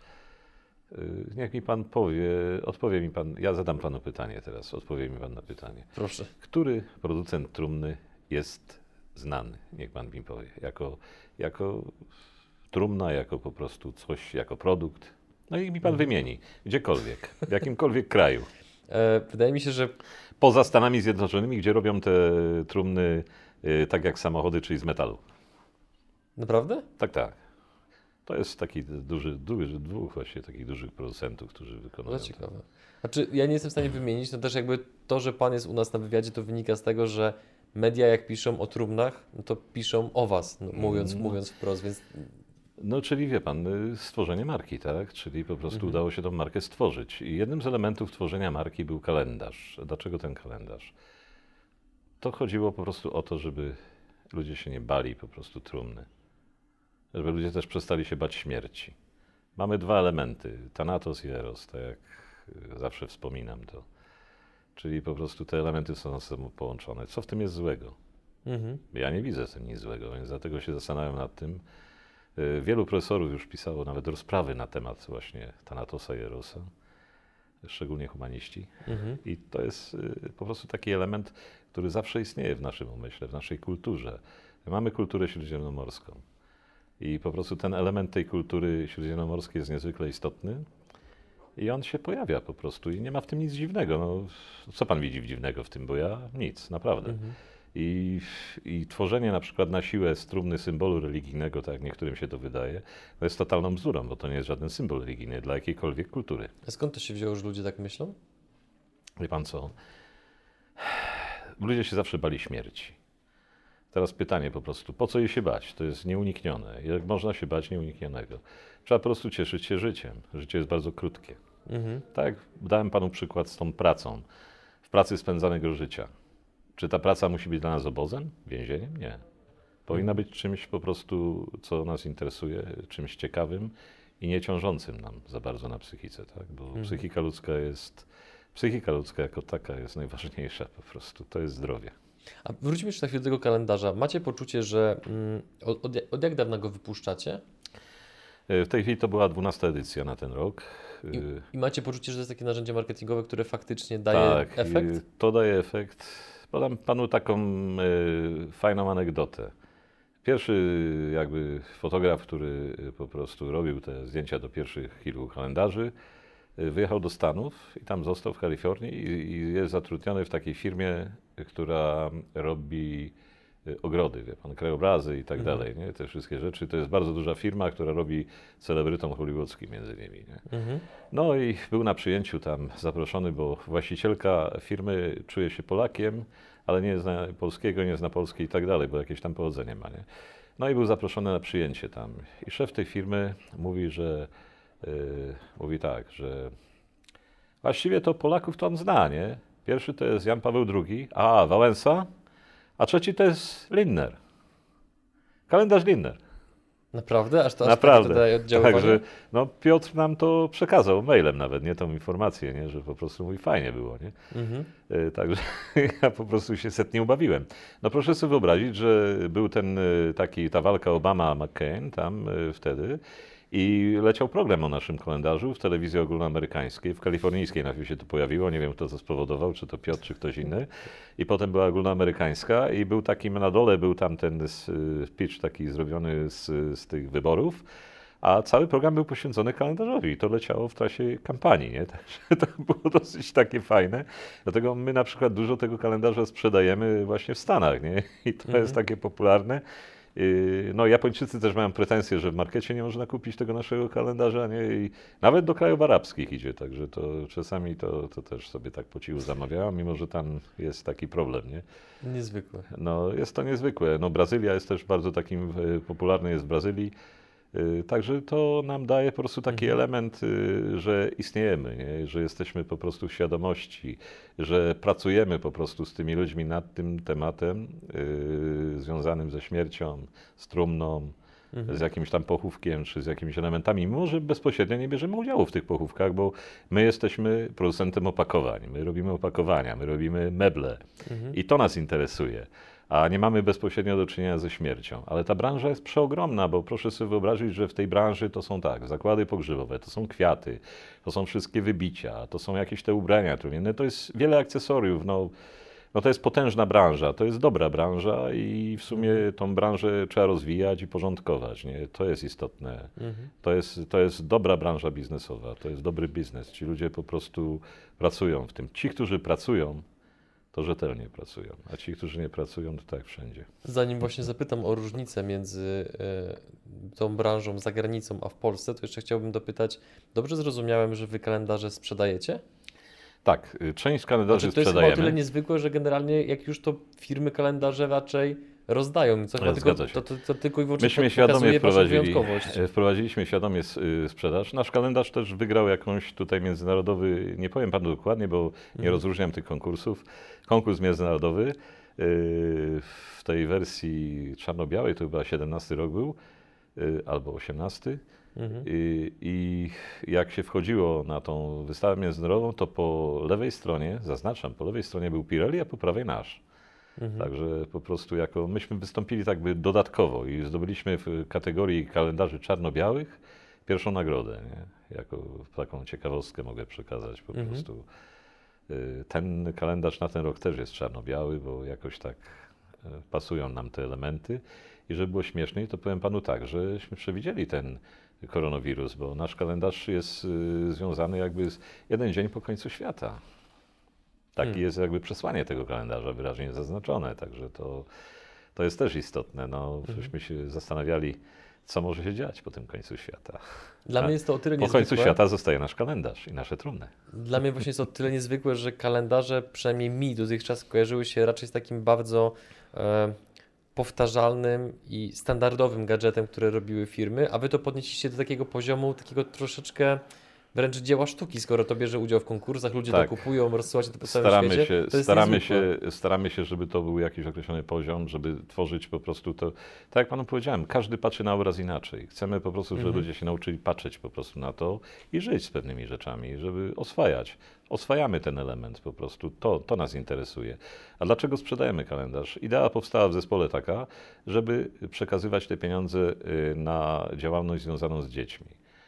Y, niech mi pan powie, odpowie mi pan, ja zadam panu pytanie teraz, odpowie mi pan na pytanie. Proszę. Który producent trumny jest znany? Niech pan mi powie. Jako, jako trumna, jako po prostu coś, jako produkt. No i mi pan Mhm. wymieni. Gdziekolwiek, w jakimkolwiek kraju. E, wydaje mi się, że Poza Stanami Zjednoczonymi, gdzie robią te trumny y, tak jak samochody, czyli z metalu. naprawdę? Tak, tak. To jest taki duży, duży dwóch właśnie takich dużych producentów, którzy wykonują To to. ciekawe. Znaczy, ja nie jestem w stanie wymienić, no też jakby to, że Pan jest u nas na wywiadzie, to wynika z tego, że media jak piszą o trumnach, no to piszą o Was, no, mówiąc, No. mówiąc wprost, więc No, czyli wie pan, y, stworzenie marki, tak? Czyli po prostu Mhm. udało się tą markę stworzyć. I jednym z elementów tworzenia marki był kalendarz. Dlaczego ten kalendarz? To chodziło po prostu o to, żeby ludzie się nie bali po prostu trumny. Żeby ludzie też przestali się bać śmierci. Mamy dwa elementy, Thanatos i Eros, tak jak y, zawsze wspominam to. Czyli po prostu te elementy są ze sobą połączone. Co w tym jest złego? mhm. Ja nie widzę w tym nic złego, więc dlatego się zastanawiam nad tym, Wielu profesorów już pisało nawet rozprawy na temat właśnie Thanatosa i Erosa, szczególnie humaniści. Mhm. I to jest po prostu taki element, który zawsze istnieje w naszym umyśle, w naszej kulturze. Mamy kulturę śródziemnomorską i po prostu ten element tej kultury śródziemnomorskiej jest niezwykle istotny i on się pojawia po prostu i nie ma w tym nic dziwnego. No, co pan widzi dziwnego w tym, bo ja nic, naprawdę. Mhm. I, I tworzenie na przykład na siłę z trumny symbolu religijnego, tak jak niektórym się to wydaje, to jest totalną bzdurą, bo to nie jest żaden symbol religijny dla jakiejkolwiek kultury. A skąd to się wzięło, że ludzie tak myślą? Wie pan co? Ludzie się zawsze bali śmierci. Teraz pytanie po prostu, po co jej się bać? To jest nieuniknione. Jak można się bać nieuniknionego? Trzeba po prostu cieszyć się życiem. Życie jest bardzo krótkie. Mhm. Tak, dałem panu przykład z tą pracą. W pracy spędzanego życia. Czy ta praca musi być dla nas obozem, więzieniem? Nie. Powinna być czymś po prostu, co nas interesuje, czymś ciekawym i nie ciążącym nam za bardzo na psychice, tak? Bo mhm. psychika ludzka jest, psychika ludzka jako taka jest najważniejsza po prostu, to jest zdrowie. A wróćmy jeszcze na chwilę do tego kalendarza. Macie poczucie, że mm, od, od jak dawna go wypuszczacie? W tej chwili to była dwunasta edycja na ten rok. I, I macie poczucie, że to jest takie narzędzie marketingowe, które faktycznie daje tak, efekt? To daje efekt. Podam panu taką y, fajną anegdotę. Pierwszy jakby fotograf, który po prostu robił te zdjęcia do pierwszych kilku kalendarzy, y, wyjechał do Stanów i tam został w Kalifornii i, i jest zatrudniony w takiej firmie, która robi y, ogrody, wie pan, krajobrazy i tak mhm. dalej, nie? Te wszystkie rzeczy. To jest bardzo duża firma, która robi celebrytom hollywoodzkim między innymi. Nie? Mhm. No i był na przyjęciu tam zaproszony, bo właścicielka firmy czuje się Polakiem, ale nie zna polskiego, nie zna Polski i tak dalej, bo jakieś tam pochodzenie ma, nie? No i był zaproszony na przyjęcie tam. I szef tej firmy mówi, że yy, mówi tak, że właściwie to Polaków to on zna, nie? Pierwszy to jest Jan Paweł drugi, a Wałęsa, a trzeci to jest Lindner. Kalendarz Lindner. Naprawdę? Aż to Naprawdę. Aż daje oddziaływanie? Także no, Piotr nam to przekazał mailem nawet, nie tą informację, nie? Że po prostu mówi fajnie było, nie? Mhm. E, także ja po prostu się setnie ubawiłem. No proszę sobie wyobrazić, że był ten taki, ta walka Obama-McCain tam e, wtedy i leciał program o naszym kalendarzu w telewizji ogólnoamerykańskiej, w kalifornijskiej najpierw się to pojawiło, nie wiem kto to spowodował, czy to Piotr, czy ktoś inny. I potem była ogólnoamerykańska i był taki, na dole był tam ten pitch taki zrobiony z, z tych wyborów, a cały program był poświęcony kalendarzowi i to leciało w trakcie kampanii, nie? Także to było dosyć takie fajne. Dlatego my na przykład dużo tego kalendarza sprzedajemy właśnie w Stanach, nie? I to mhm. jest takie popularne. No Japończycy też mają pretensje, że w markecie nie można kupić tego naszego kalendarza, nie? I nawet do krajów arabskich idzie, także to czasami to, to też sobie tak po cichu zamawiałem, mimo że tam jest taki problem, nie? Niezwykłe. No jest to niezwykłe. No Brazylia jest też bardzo takim, popularny jest w Brazylii. Także to nam daje po prostu taki mhm. element, że istniejemy, nie? Że jesteśmy po prostu w świadomości, że pracujemy po prostu z tymi ludźmi nad tym tematem yy, związanym ze śmiercią, z trumną, mhm. z jakimś tam pochówkiem, czy z jakimiś elementami. Mimo że bezpośrednio nie bierzemy udziału w tych pochówkach, bo my jesteśmy producentem opakowań, my robimy opakowania, my robimy meble mhm. i to nas interesuje. A nie mamy bezpośrednio do czynienia ze śmiercią. Ale ta branża jest przeogromna, bo proszę sobie wyobrazić, że w tej branży to są tak, zakłady pogrzebowe, to są kwiaty, to są wszystkie wybicia, to są jakieś te ubrania trumienne, to jest wiele akcesoriów, no, no to jest potężna branża, to jest dobra branża i w sumie tą branżę trzeba rozwijać i porządkować, nie? To jest istotne. Mhm. To jest, to jest dobra branża biznesowa, to jest dobry biznes. Ci ludzie po prostu pracują w tym. Ci, którzy pracują, to rzetelnie pracują, a ci, którzy nie pracują, to tak wszędzie. Zanim właśnie zapytam o różnicę między y, tą branżą za granicą, a w Polsce, to jeszcze chciałbym dopytać, dobrze zrozumiałem, że wy kalendarze sprzedajecie? Tak, część kalendarzy znaczy, to sprzedajemy. To jest chyba o tyle niezwykłe, że generalnie jak już to firmy kalendarze raczej rozdają. Co chyba tylko, to, to, to tylko i wyłącznie Myśmy świadomie wprowadzili, wprowadziliśmy świadomie sprzedaż. Nasz kalendarz też wygrał jakąś tutaj międzynarodowy, nie powiem panu dokładnie, bo nie mhm. rozróżniam tych konkursów, konkurs międzynarodowy w tej wersji czarno-białej, to chyba siedemnasty rok był, albo osiemnasty. Mhm. I, I jak się wchodziło na tą wystawę międzynarodową, to po lewej stronie, zaznaczam, po lewej stronie był Pirelli, a po prawej nasz. Mhm. Także po prostu jako, myśmy wystąpili tak by dodatkowo i zdobyliśmy w kategorii kalendarzy czarno-białych pierwszą nagrodę, nie? Jako taką ciekawostkę mogę przekazać po mhm. prostu. Ten kalendarz na ten rok też jest czarno-biały, bo jakoś tak pasują nam te elementy. I żeby było śmieszniej, to powiem panu tak, żeśmy przewidzieli ten koronawirus, bo nasz kalendarz jest y, związany jakby z jeden dzień po końcu świata. Takie hmm. jest jakby przesłanie tego kalendarza wyraźnie zaznaczone, także to, to jest też istotne. No, hmm. żeśmy się zastanawiali, co może się dziać po tym końcu świata. Dla A mnie jest to o tyle po niezwykłe. Po końcu świata zostaje nasz kalendarz i nasze trumny. Dla mnie właśnie jest o tyle niezwykłe, że kalendarze, przynajmniej mi dotychczas kojarzyły się raczej z takim bardzo e, powtarzalnym i standardowym gadżetem, które robiły firmy, a wy to podnieśliście do takiego poziomu, takiego troszeczkę wręcz dzieła sztuki, skoro to bierze udział w konkursach, ludzie tak. to kupują, rozsyłacie to po całym staramy świecie. Się, to jest staramy, się, staramy się, żeby to był jakiś określony poziom, żeby tworzyć po prostu to, tak jak panu powiedziałem, każdy patrzy na obraz inaczej. Chcemy po prostu, żeby mhm. ludzie się nauczyli patrzeć po prostu na to i żyć z pewnymi rzeczami, żeby oswajać. Oswajamy ten element po prostu, to, to nas interesuje. A dlaczego sprzedajemy kalendarz? Idea powstała w zespole taka, żeby przekazywać te pieniądze na działalność związaną z dziećmi.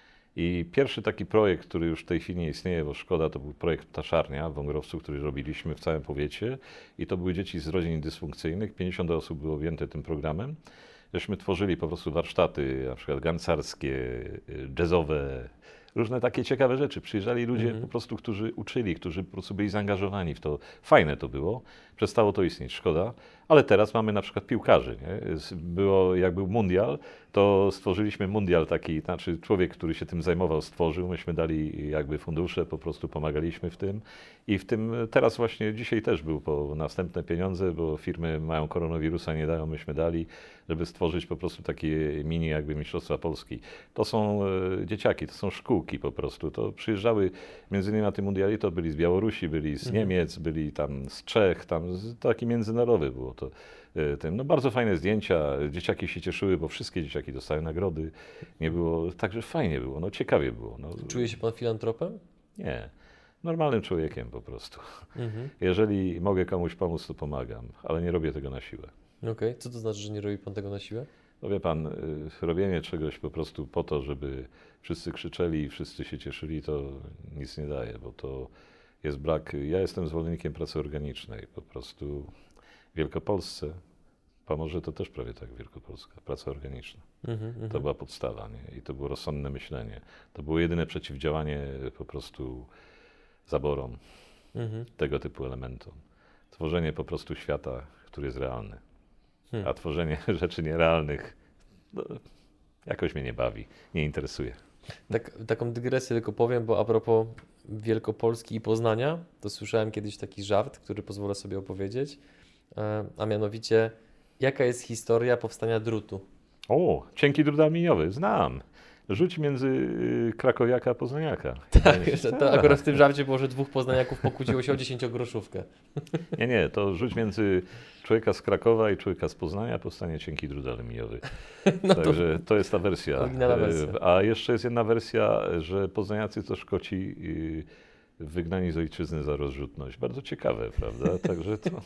I pierwszy taki projekt, który już w tej chwili nie istnieje, bo szkoda, to był projekt Ptaszarnia w Wągrowcu, który robiliśmy w całym powiecie i to były dzieci z rodzin dysfunkcyjnych, pięćdziesiąt osób było objęte tym programem. Żeśmy tworzyli po prostu warsztaty, na przykład gancarskie, jazzowe, różne takie ciekawe rzeczy. Przyjeżdżali ludzie mm-hmm. po prostu, którzy uczyli, którzy po prostu byli zaangażowani w to. Fajne to było. Przestało to istnieć, szkoda. Ale teraz mamy na przykład piłkarzy. Nie? Było, jak był mundial, to stworzyliśmy mundial taki, znaczy człowiek, który się tym zajmował, stworzył. Myśmy dali jakby fundusze, po prostu pomagaliśmy w tym. I w tym teraz właśnie dzisiaj też był po następne pieniądze, bo firmy mają koronawirusa, nie dają, myśmy dali, żeby stworzyć po prostu takie mini jakby Mistrzostwa Polski. To są e, dzieciaki, to są szkółki po prostu. To przyjeżdżały między innymi na tym mundiali, to byli z Białorusi, byli z Niemiec, byli tam z Czech, tam z, taki międzynarodowy było to. E, tym. No bardzo fajne zdjęcia, dzieciaki się cieszyły, bo wszystkie dzieciaki dostały nagrody. Nie było, także fajnie było, no ciekawie było. No. Czuje się pan filantropem? Nie. Normalnym człowiekiem po prostu. Mhm. Jeżeli mogę komuś pomóc, to pomagam, ale nie robię tego na siłę. Okej, okay. Co to znaczy, że nie robi pan tego na siłę? No wie pan, y, robienie czegoś po prostu po to, żeby wszyscy krzyczeli i wszyscy się cieszyli, to nic nie daje, bo to jest brak. Ja jestem zwolennikiem pracy organicznej, po prostu w Wielkopolsce, Pomorze to też prawie tak Wielkopolska, praca organiczna. Mm-hmm, to była podstawa, nie? I to było rozsądne myślenie. To było jedyne przeciwdziałanie po prostu zaborom, mm-hmm. tego typu elementom. Tworzenie po prostu świata, który jest realny. Hmm. A tworzenie rzeczy nierealnych no, jakoś mnie nie bawi, nie interesuje. Tak, taką dygresję tylko powiem, bo a propos Wielkopolski i Poznania, to słyszałem kiedyś taki żart, który pozwolę sobie opowiedzieć, a mianowicie jaka jest historia powstania drutu? O, cienki drut aluminiowy, znam. Rzuć między krakowiaka a poznaniaka. Tak, to akurat w tym żarcie było, że dwóch poznaniaków pokłóciło się o dziesięciogroszówkę. Nie, nie, to rzuć między człowieka z Krakowa i człowieka z Poznania, powstanie cienki drut aluminiowy. No Także to, to jest ta wersja. wersja. A jeszcze jest jedna wersja, że poznaniacy to Szkoci wygnani z ojczyzny za rozrzutność. Bardzo ciekawe, prawda? Także to,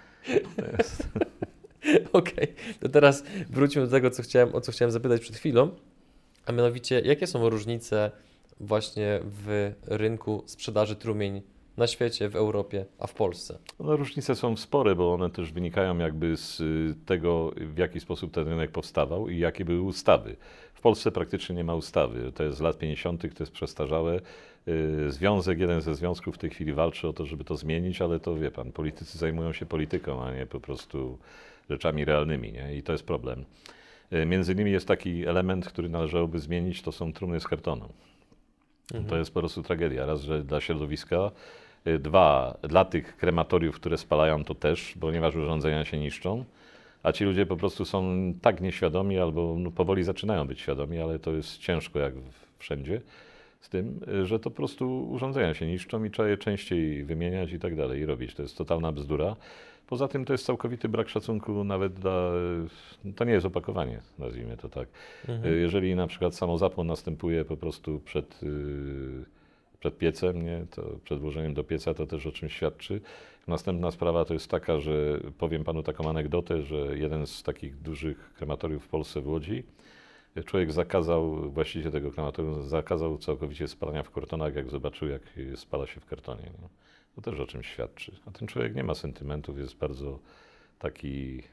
to jest... Okej, okay. To teraz wróćmy do tego, co chciałem, o co chciałem zapytać przed chwilą. A mianowicie, jakie są różnice właśnie w rynku sprzedaży trumień na świecie, w Europie, a w Polsce? No, różnice są spore, bo one też wynikają jakby z tego, w jaki sposób ten rynek powstawał i jakie były ustawy. W Polsce praktycznie nie ma ustawy. To jest z lat pięćdziesiątych, to jest przestarzałe. Związek, jeden ze związków w tej chwili walczy o to, żeby to zmienić, ale to wie pan, politycy zajmują się polityką, a nie po prostu rzeczami realnymi, nie? I to jest problem. Między innymi jest taki element, który należałoby zmienić, to są trumny z kartonu. Mhm. To jest po prostu tragedia. Raz, że dla środowiska, dwa, dla tych krematoriów, które spalają to też, ponieważ urządzenia się niszczą, a ci ludzie po prostu są tak nieświadomi albo no, powoli zaczynają być świadomi, ale to jest ciężko jak wszędzie z tym, że to po prostu urządzenia się niszczą i trzeba je częściej wymieniać i tak dalej i robić. To jest totalna bzdura. Poza tym to jest całkowity brak szacunku nawet dla... To nie jest opakowanie, nazwijmy to tak. Mhm. Jeżeli na przykład samozapłon następuje po prostu przed, przed piecem, nie, to przed włożeniem do pieca, to też o czymś świadczy. Następna sprawa to jest taka, że powiem panu taką anegdotę, że jeden z takich dużych krematoriów w Polsce w Łodzi, człowiek zakazał, właściciel tego krematorium zakazał całkowicie spalania w kartonach, jak zobaczył, jak spala się w kartonie. Nie? To też o czymś świadczy. A ten człowiek nie ma sentymentów, jest bardzo taki yy,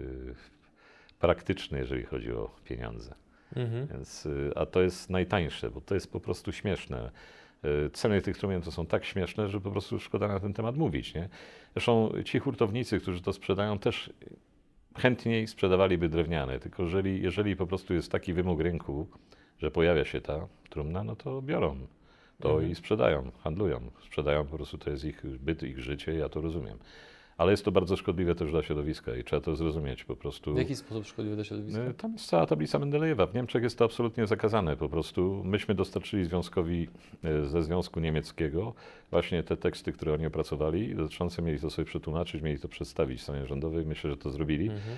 praktyczny, jeżeli chodzi o pieniądze. Mhm. Więc, yy, a to jest najtańsze, bo to jest po prostu śmieszne. Yy, ceny tych trumien to są tak śmieszne, że po prostu szkoda na ten temat mówić. Nie? Zresztą ci hurtownicy, którzy to sprzedają, też chętniej sprzedawaliby drewniane, tylko jeżeli, jeżeli po prostu jest taki wymóg rynku, że pojawia się ta trumna, no to biorą to mhm. i sprzedają, handlują. Sprzedają, po prostu to jest ich byt, ich życie, ja to rozumiem. Ale jest to bardzo szkodliwe też dla środowiska i trzeba to zrozumieć po prostu. W jaki sposób szkodliwe dla środowiska? Tam jest cała tablica Mendelejewa. W Niemczech jest to absolutnie zakazane po prostu. Myśmy dostarczyli związkowi ze Związku Niemieckiego właśnie te teksty, które oni opracowali. Dotyczące mieli to sobie przetłumaczyć, mieli to przedstawić stronie rządowej. Myślę, że to zrobili. Mhm.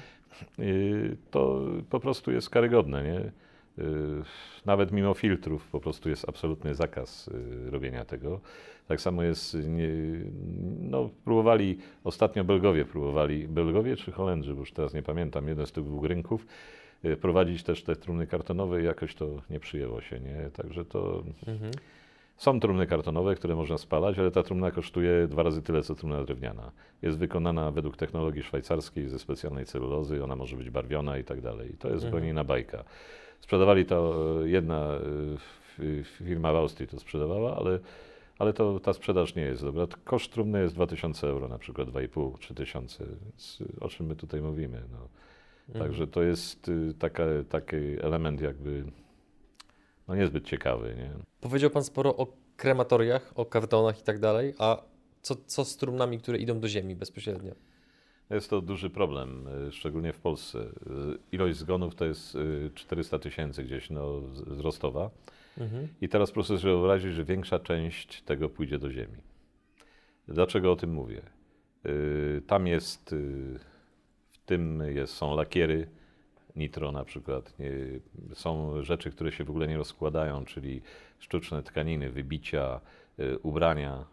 To po prostu jest karygodne, nie? Nawet mimo filtrów po prostu jest absolutny zakaz robienia tego. Tak samo jest, nie, no próbowali, ostatnio Belgowie próbowali, Belgowie czy Holendrzy, bo już teraz nie pamiętam, jeden z tych dwóch rynków, prowadzić też te trumny kartonowe i jakoś to nie przyjęło się, nie? Także to... Mhm. Są trumny kartonowe, które można spalać, ale ta trumna kosztuje dwa razy tyle, co trumna drewniana. Jest wykonana według technologii szwajcarskiej ze specjalnej celulozy, ona może być barwiona i tak dalej. To jest zupełnie inna bajka. Sprzedawali to, jedna firma w Austrii to sprzedawała, ale, ale to, ta sprzedaż nie jest dobra. Koszt trumny jest dwa tysiące euro, na przykład dwa i pół, trzy tysiące. O czym my tutaj mówimy? No. Mhm. Także to jest taka, taki element jakby no niezbyt ciekawy. Nie? Powiedział pan sporo o krematoriach, o kartonach i tak dalej, a co, co z trumnami, które idą do ziemi bezpośrednio? Jest to duży problem, szczególnie w Polsce. Ilość zgonów to jest czterysta tysięcy gdzieś no, z Rostowa. Mhm. I teraz proszę sobie wyobrazić, że większa część tego pójdzie do ziemi. Dlaczego o tym mówię? Tam jest, w tym jest, są lakiery, nitro na przykład. Są rzeczy, które się w ogóle nie rozkładają, czyli sztuczne tkaniny, wybicia, ubrania,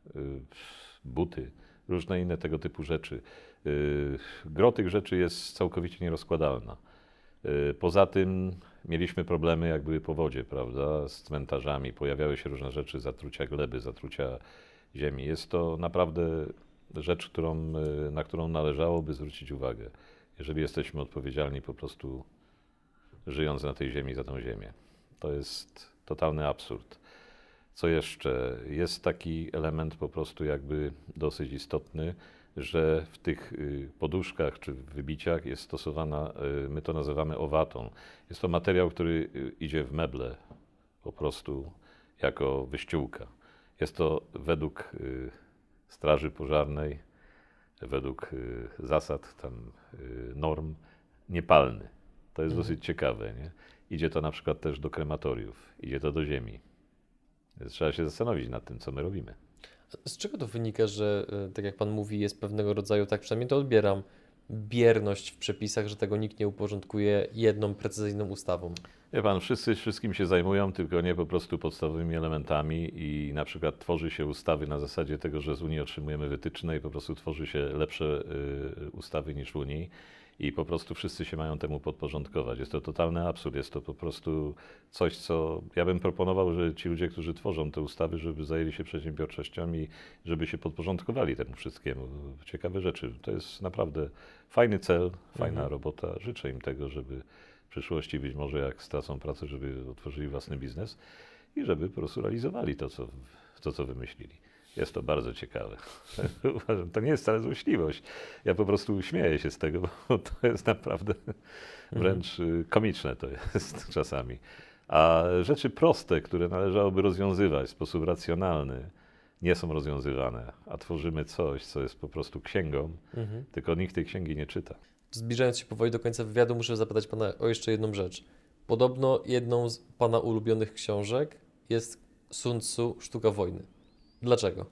buty, różne inne tego typu rzeczy. Gro tych rzeczy jest całkowicie nierozkładalna. Poza tym mieliśmy problemy jak były powodzie, prawda, z cmentarzami, pojawiały się różne rzeczy, zatrucia gleby, zatrucia ziemi. Jest to naprawdę rzecz, którą, na którą należałoby zwrócić uwagę, jeżeli jesteśmy odpowiedzialni po prostu żyjąc na tej ziemi za tą ziemię. To jest totalny absurd. Co jeszcze? Jest taki element po prostu jakby dosyć istotny, że w tych poduszkach czy wybiciach jest stosowana, my to nazywamy owatą. Jest to materiał, który idzie w meble po prostu jako wyściółka. Jest to według Straży Pożarnej, według zasad tam norm niepalny. To jest mhm. dosyć ciekawe. Nie? Idzie to na przykład też do krematoriów, idzie to do ziemi. Więc trzeba się zastanowić nad tym, co my robimy. Z czego to wynika, że tak jak pan mówi, jest pewnego rodzaju, tak przynajmniej to odbieram, bierność w przepisach, że tego nikt nie uporządkuje jedną precyzyjną ustawą? Wie pan, wszyscy wszystkim się zajmują, tylko nie po prostu podstawowymi elementami i na przykład tworzy się ustawy na zasadzie tego, że z Unii otrzymujemy wytyczne i po prostu tworzy się lepsze y, ustawy niż w Unii i po prostu wszyscy się mają temu podporządkować. Jest to totalny absurd, jest to po prostu coś, co ja bym proponował, że ci ludzie, którzy tworzą te ustawy, żeby zajęli się przedsiębiorczością i żeby się podporządkowali temu wszystkiemu. Ciekawe rzeczy. To jest naprawdę fajny cel, fajna mhm. robota. Życzę im tego, żeby w przyszłości być może jak stracą pracę, żeby otworzyli własny biznes i żeby po prostu realizowali to, co, to, co wymyślili. Jest to bardzo ciekawe. Uważam, to nie jest wcale złośliwość. Ja po prostu śmieję się z tego, bo to jest naprawdę wręcz komiczne to jest czasami. A rzeczy proste, które należałoby rozwiązywać w sposób racjonalny, nie są rozwiązywane, a tworzymy coś, co jest po prostu księgą, mhm. tylko nikt tej księgi nie czyta. Zbliżając się powoli do końca wywiadu, muszę zapytać pana o jeszcze jedną rzecz. Podobno jedną z pana ulubionych książek jest Sun Tzu, Sztuka wojny. Dlaczego?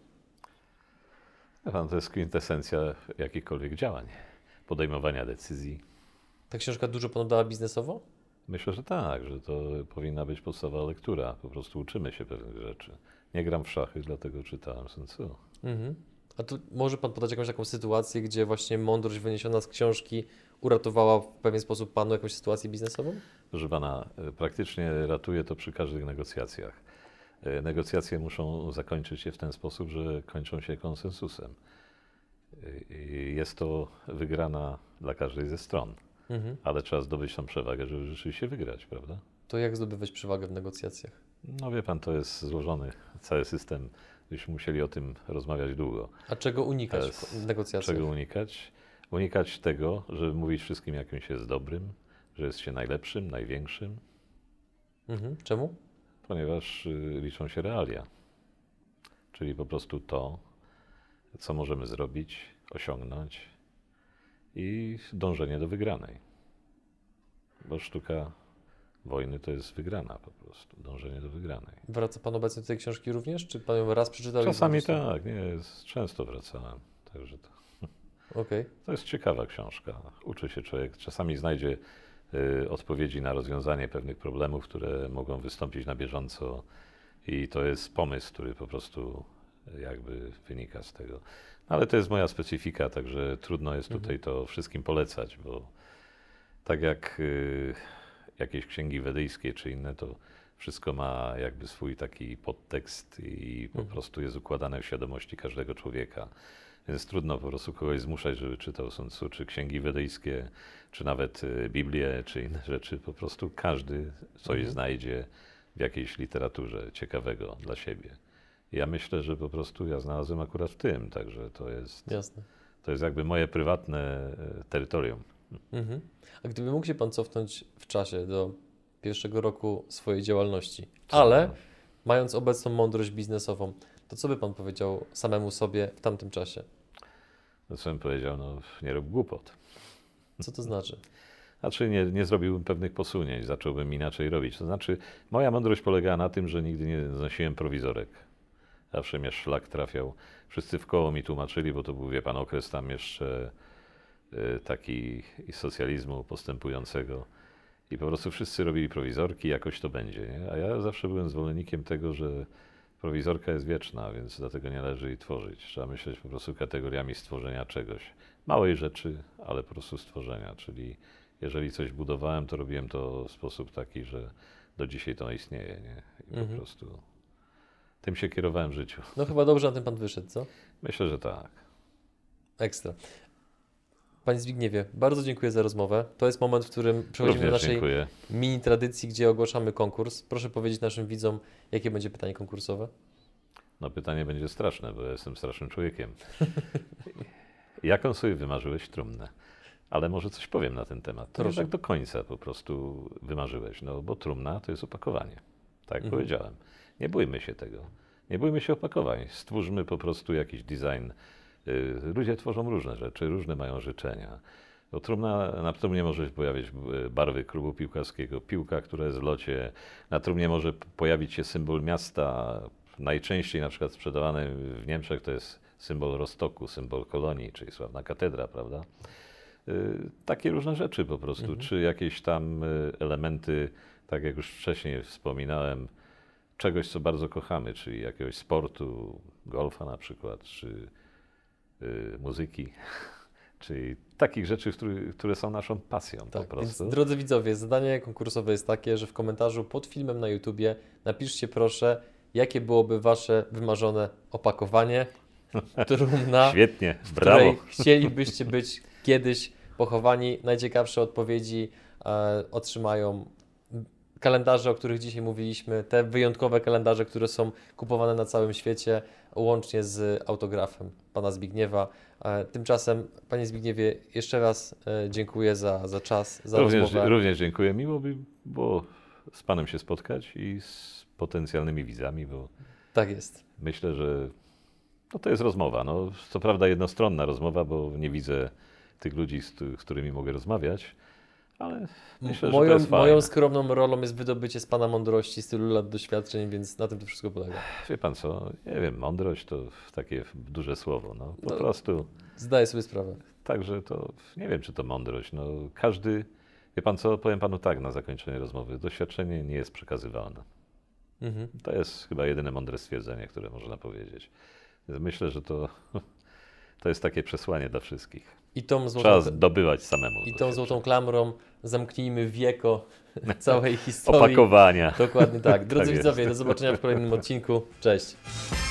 Pan, to jest kwintesencja jakichkolwiek działań, podejmowania decyzji. Ta książka dużo panu dała biznesowo? Myślę, że tak, że to powinna być podstawowa lektura. Po prostu uczymy się pewnych rzeczy. Nie gram w szachy, dlatego czytałem Sun Tzu. Mhm. A tu może Pan podać jakąś taką sytuację, gdzie właśnie mądrość wyniesiona z książki uratowała w pewien sposób Panu jakąś sytuację biznesową? Proszę Pana, praktycznie ratuje to przy każdych negocjacjach. Negocjacje muszą zakończyć się w ten sposób, że kończą się konsensusem. I jest to wygrana dla każdej ze stron, Mhm. ale trzeba zdobyć tą przewagę, żeby rzeczywiście wygrać, prawda? To jak zdobywać przewagę w negocjacjach? No wie Pan, to jest złożony cały system. Byśmy musieli o tym rozmawiać długo. A czego unikać Teraz w negocjacjach? Czego unikać? Unikać tego, żeby mówić wszystkim, jakim się jest dobrym, że jest się najlepszym, największym, Mhm. Czemu? ponieważ y, liczą się realia. Czyli po prostu to, co możemy zrobić, osiągnąć i dążenie do wygranej. Bo sztuka wojny to jest wygrana po prostu, dążenie do wygranej. Wraca Pan obecnie do tej książki również? Czy Pan ją raz przeczytał? i Czasami po prostu- tak, nie, jest- często wracałem. Także to, Okej. to jest ciekawa książka. Uczy się człowiek, czasami znajdzie y, odpowiedzi na rozwiązanie pewnych problemów, które mogą wystąpić na bieżąco i to jest pomysł, który po prostu jakby wynika z tego. No, ale to jest moja specyfika, także trudno jest tutaj to wszystkim polecać, bo tak jak y, jakieś księgi wedyjskie czy inne, to wszystko ma jakby swój taki podtekst i po Mhm. prostu jest układane w świadomości każdego człowieka. Więc trudno po prostu kogoś zmuszać, żeby czytał Sun Tzu, czy księgi wedyjskie, czy nawet y, Biblię, czy inne rzeczy. Po prostu każdy coś Mhm. znajdzie w jakiejś literaturze ciekawego dla siebie. Ja myślę, że po prostu ja znalazłem akurat w tym, także to jest, Jasne. to jest jakby moje prywatne e, terytorium. Mhm. A gdyby mógł się Pan cofnąć w czasie do pierwszego roku swojej działalności, ale mając obecną mądrość biznesową, to co by Pan powiedział samemu sobie w tamtym czasie? No, co bym powiedział, no nie rób głupot. Co to znaczy? Znaczy nie, nie zrobiłbym pewnych posunięć, zacząłbym inaczej robić. To znaczy moja mądrość polegała na tym, że nigdy nie znosiłem prowizorek. Zawsze mnie szlak trafiał. Wszyscy w koło mi tłumaczyli, bo to był, wie Pan, okres tam jeszcze y, taki i socjalizmu postępującego. I po prostu wszyscy robili prowizorki, jakoś to będzie. Nie? A ja zawsze byłem zwolennikiem tego, że prowizorka jest wieczna, więc dlatego nie należy jej tworzyć. Trzeba myśleć po prostu kategoriami stworzenia czegoś. Małej rzeczy, ale po prostu stworzenia. Czyli jeżeli coś budowałem, to robiłem to w sposób taki, że do dzisiaj to istnieje. Nie? I po Mhm. prostu tym się kierowałem w życiu. No chyba dobrze na tym Pan wyszedł, co? Myślę, że tak. Ekstra. Panie Zbigniewie, bardzo dziękuję za rozmowę. To jest moment, w którym przechodzimy do Również naszej dziękuję. mini tradycji, gdzie ogłaszamy konkurs. Proszę powiedzieć naszym widzom, jakie będzie pytanie konkursowe. No pytanie będzie straszne, bo ja jestem strasznym człowiekiem. Jaką sobie wymarzyłeś trumnę? Ale może coś powiem na ten temat. To nie Proszę. tak do końca po prostu wymarzyłeś, no bo trumna to jest opakowanie. Tak jak Mhm. powiedziałem. Nie bójmy się tego. Nie bójmy się opakowań. Stwórzmy po prostu jakiś design. Y, Ludzie tworzą różne rzeczy, różne mają życzenia. Bo trumna, na trumnie może się pojawić y, barwy klubu piłkarskiego, piłka, która jest w locie. Na trumnie może p- pojawić się symbol miasta. Najczęściej na przykład sprzedawany w Niemczech to jest symbol Rostoku, symbol Kolonii, czyli sławna katedra, prawda? Y, Takie różne rzeczy po prostu, Mhm. czy jakieś tam y, elementy, tak jak już wcześniej wspominałem, czegoś, co bardzo kochamy, czyli jakiegoś sportu, golfa na przykład, czy y, muzyki, czyli takich rzeczy, który, które są naszą pasją Tak, po więc prostu. drodzy widzowie, zadanie konkursowe jest takie, że w komentarzu pod filmem na YouTubie napiszcie proszę, jakie byłoby Wasze wymarzone opakowanie, trumna, Świetnie, w brawo. której chcielibyście być kiedyś pochowani. Najciekawsze odpowiedzi e, otrzymają kalendarze, o których dzisiaj mówiliśmy, te wyjątkowe kalendarze, które są kupowane na całym świecie, łącznie z autografem Pana Zbigniewa. E, tymczasem, Panie Zbigniewie, jeszcze raz e, dziękuję za, za czas, za Również, rozmowę. również dziękuję. Miło by było z Panem się spotkać i z potencjalnymi widzami, bo Tak jest. myślę, że no to jest rozmowa. No, co prawda jednostronna rozmowa, bo nie widzę tych ludzi, z któ- z którymi mogę rozmawiać, ale myślę, że to Moją, jest fajne. moją skromną rolą jest wydobycie z Pana mądrości, z tylu lat doświadczeń, więc na tym to wszystko polega. Wie Pan co, nie wiem, mądrość to takie duże słowo. No, po No. prostu, Zdaję sobie sprawę. także to, nie wiem, czy to mądrość. No, każdy, wie Pan co, powiem Panu tak na zakończenie rozmowy, doświadczenie nie jest przekazywane. Mhm. To jest chyba jedyne mądre stwierdzenie, które można powiedzieć. Myślę, że to To jest takie przesłanie dla wszystkich. I tą Trzeba złotą, zdobywać samemu. i tą złotą klamrą zamknijmy wieko całej historii. Opakowania. Dokładnie tak. Drodzy Tak widzowie, jest. do zobaczenia w kolejnym odcinku. Cześć.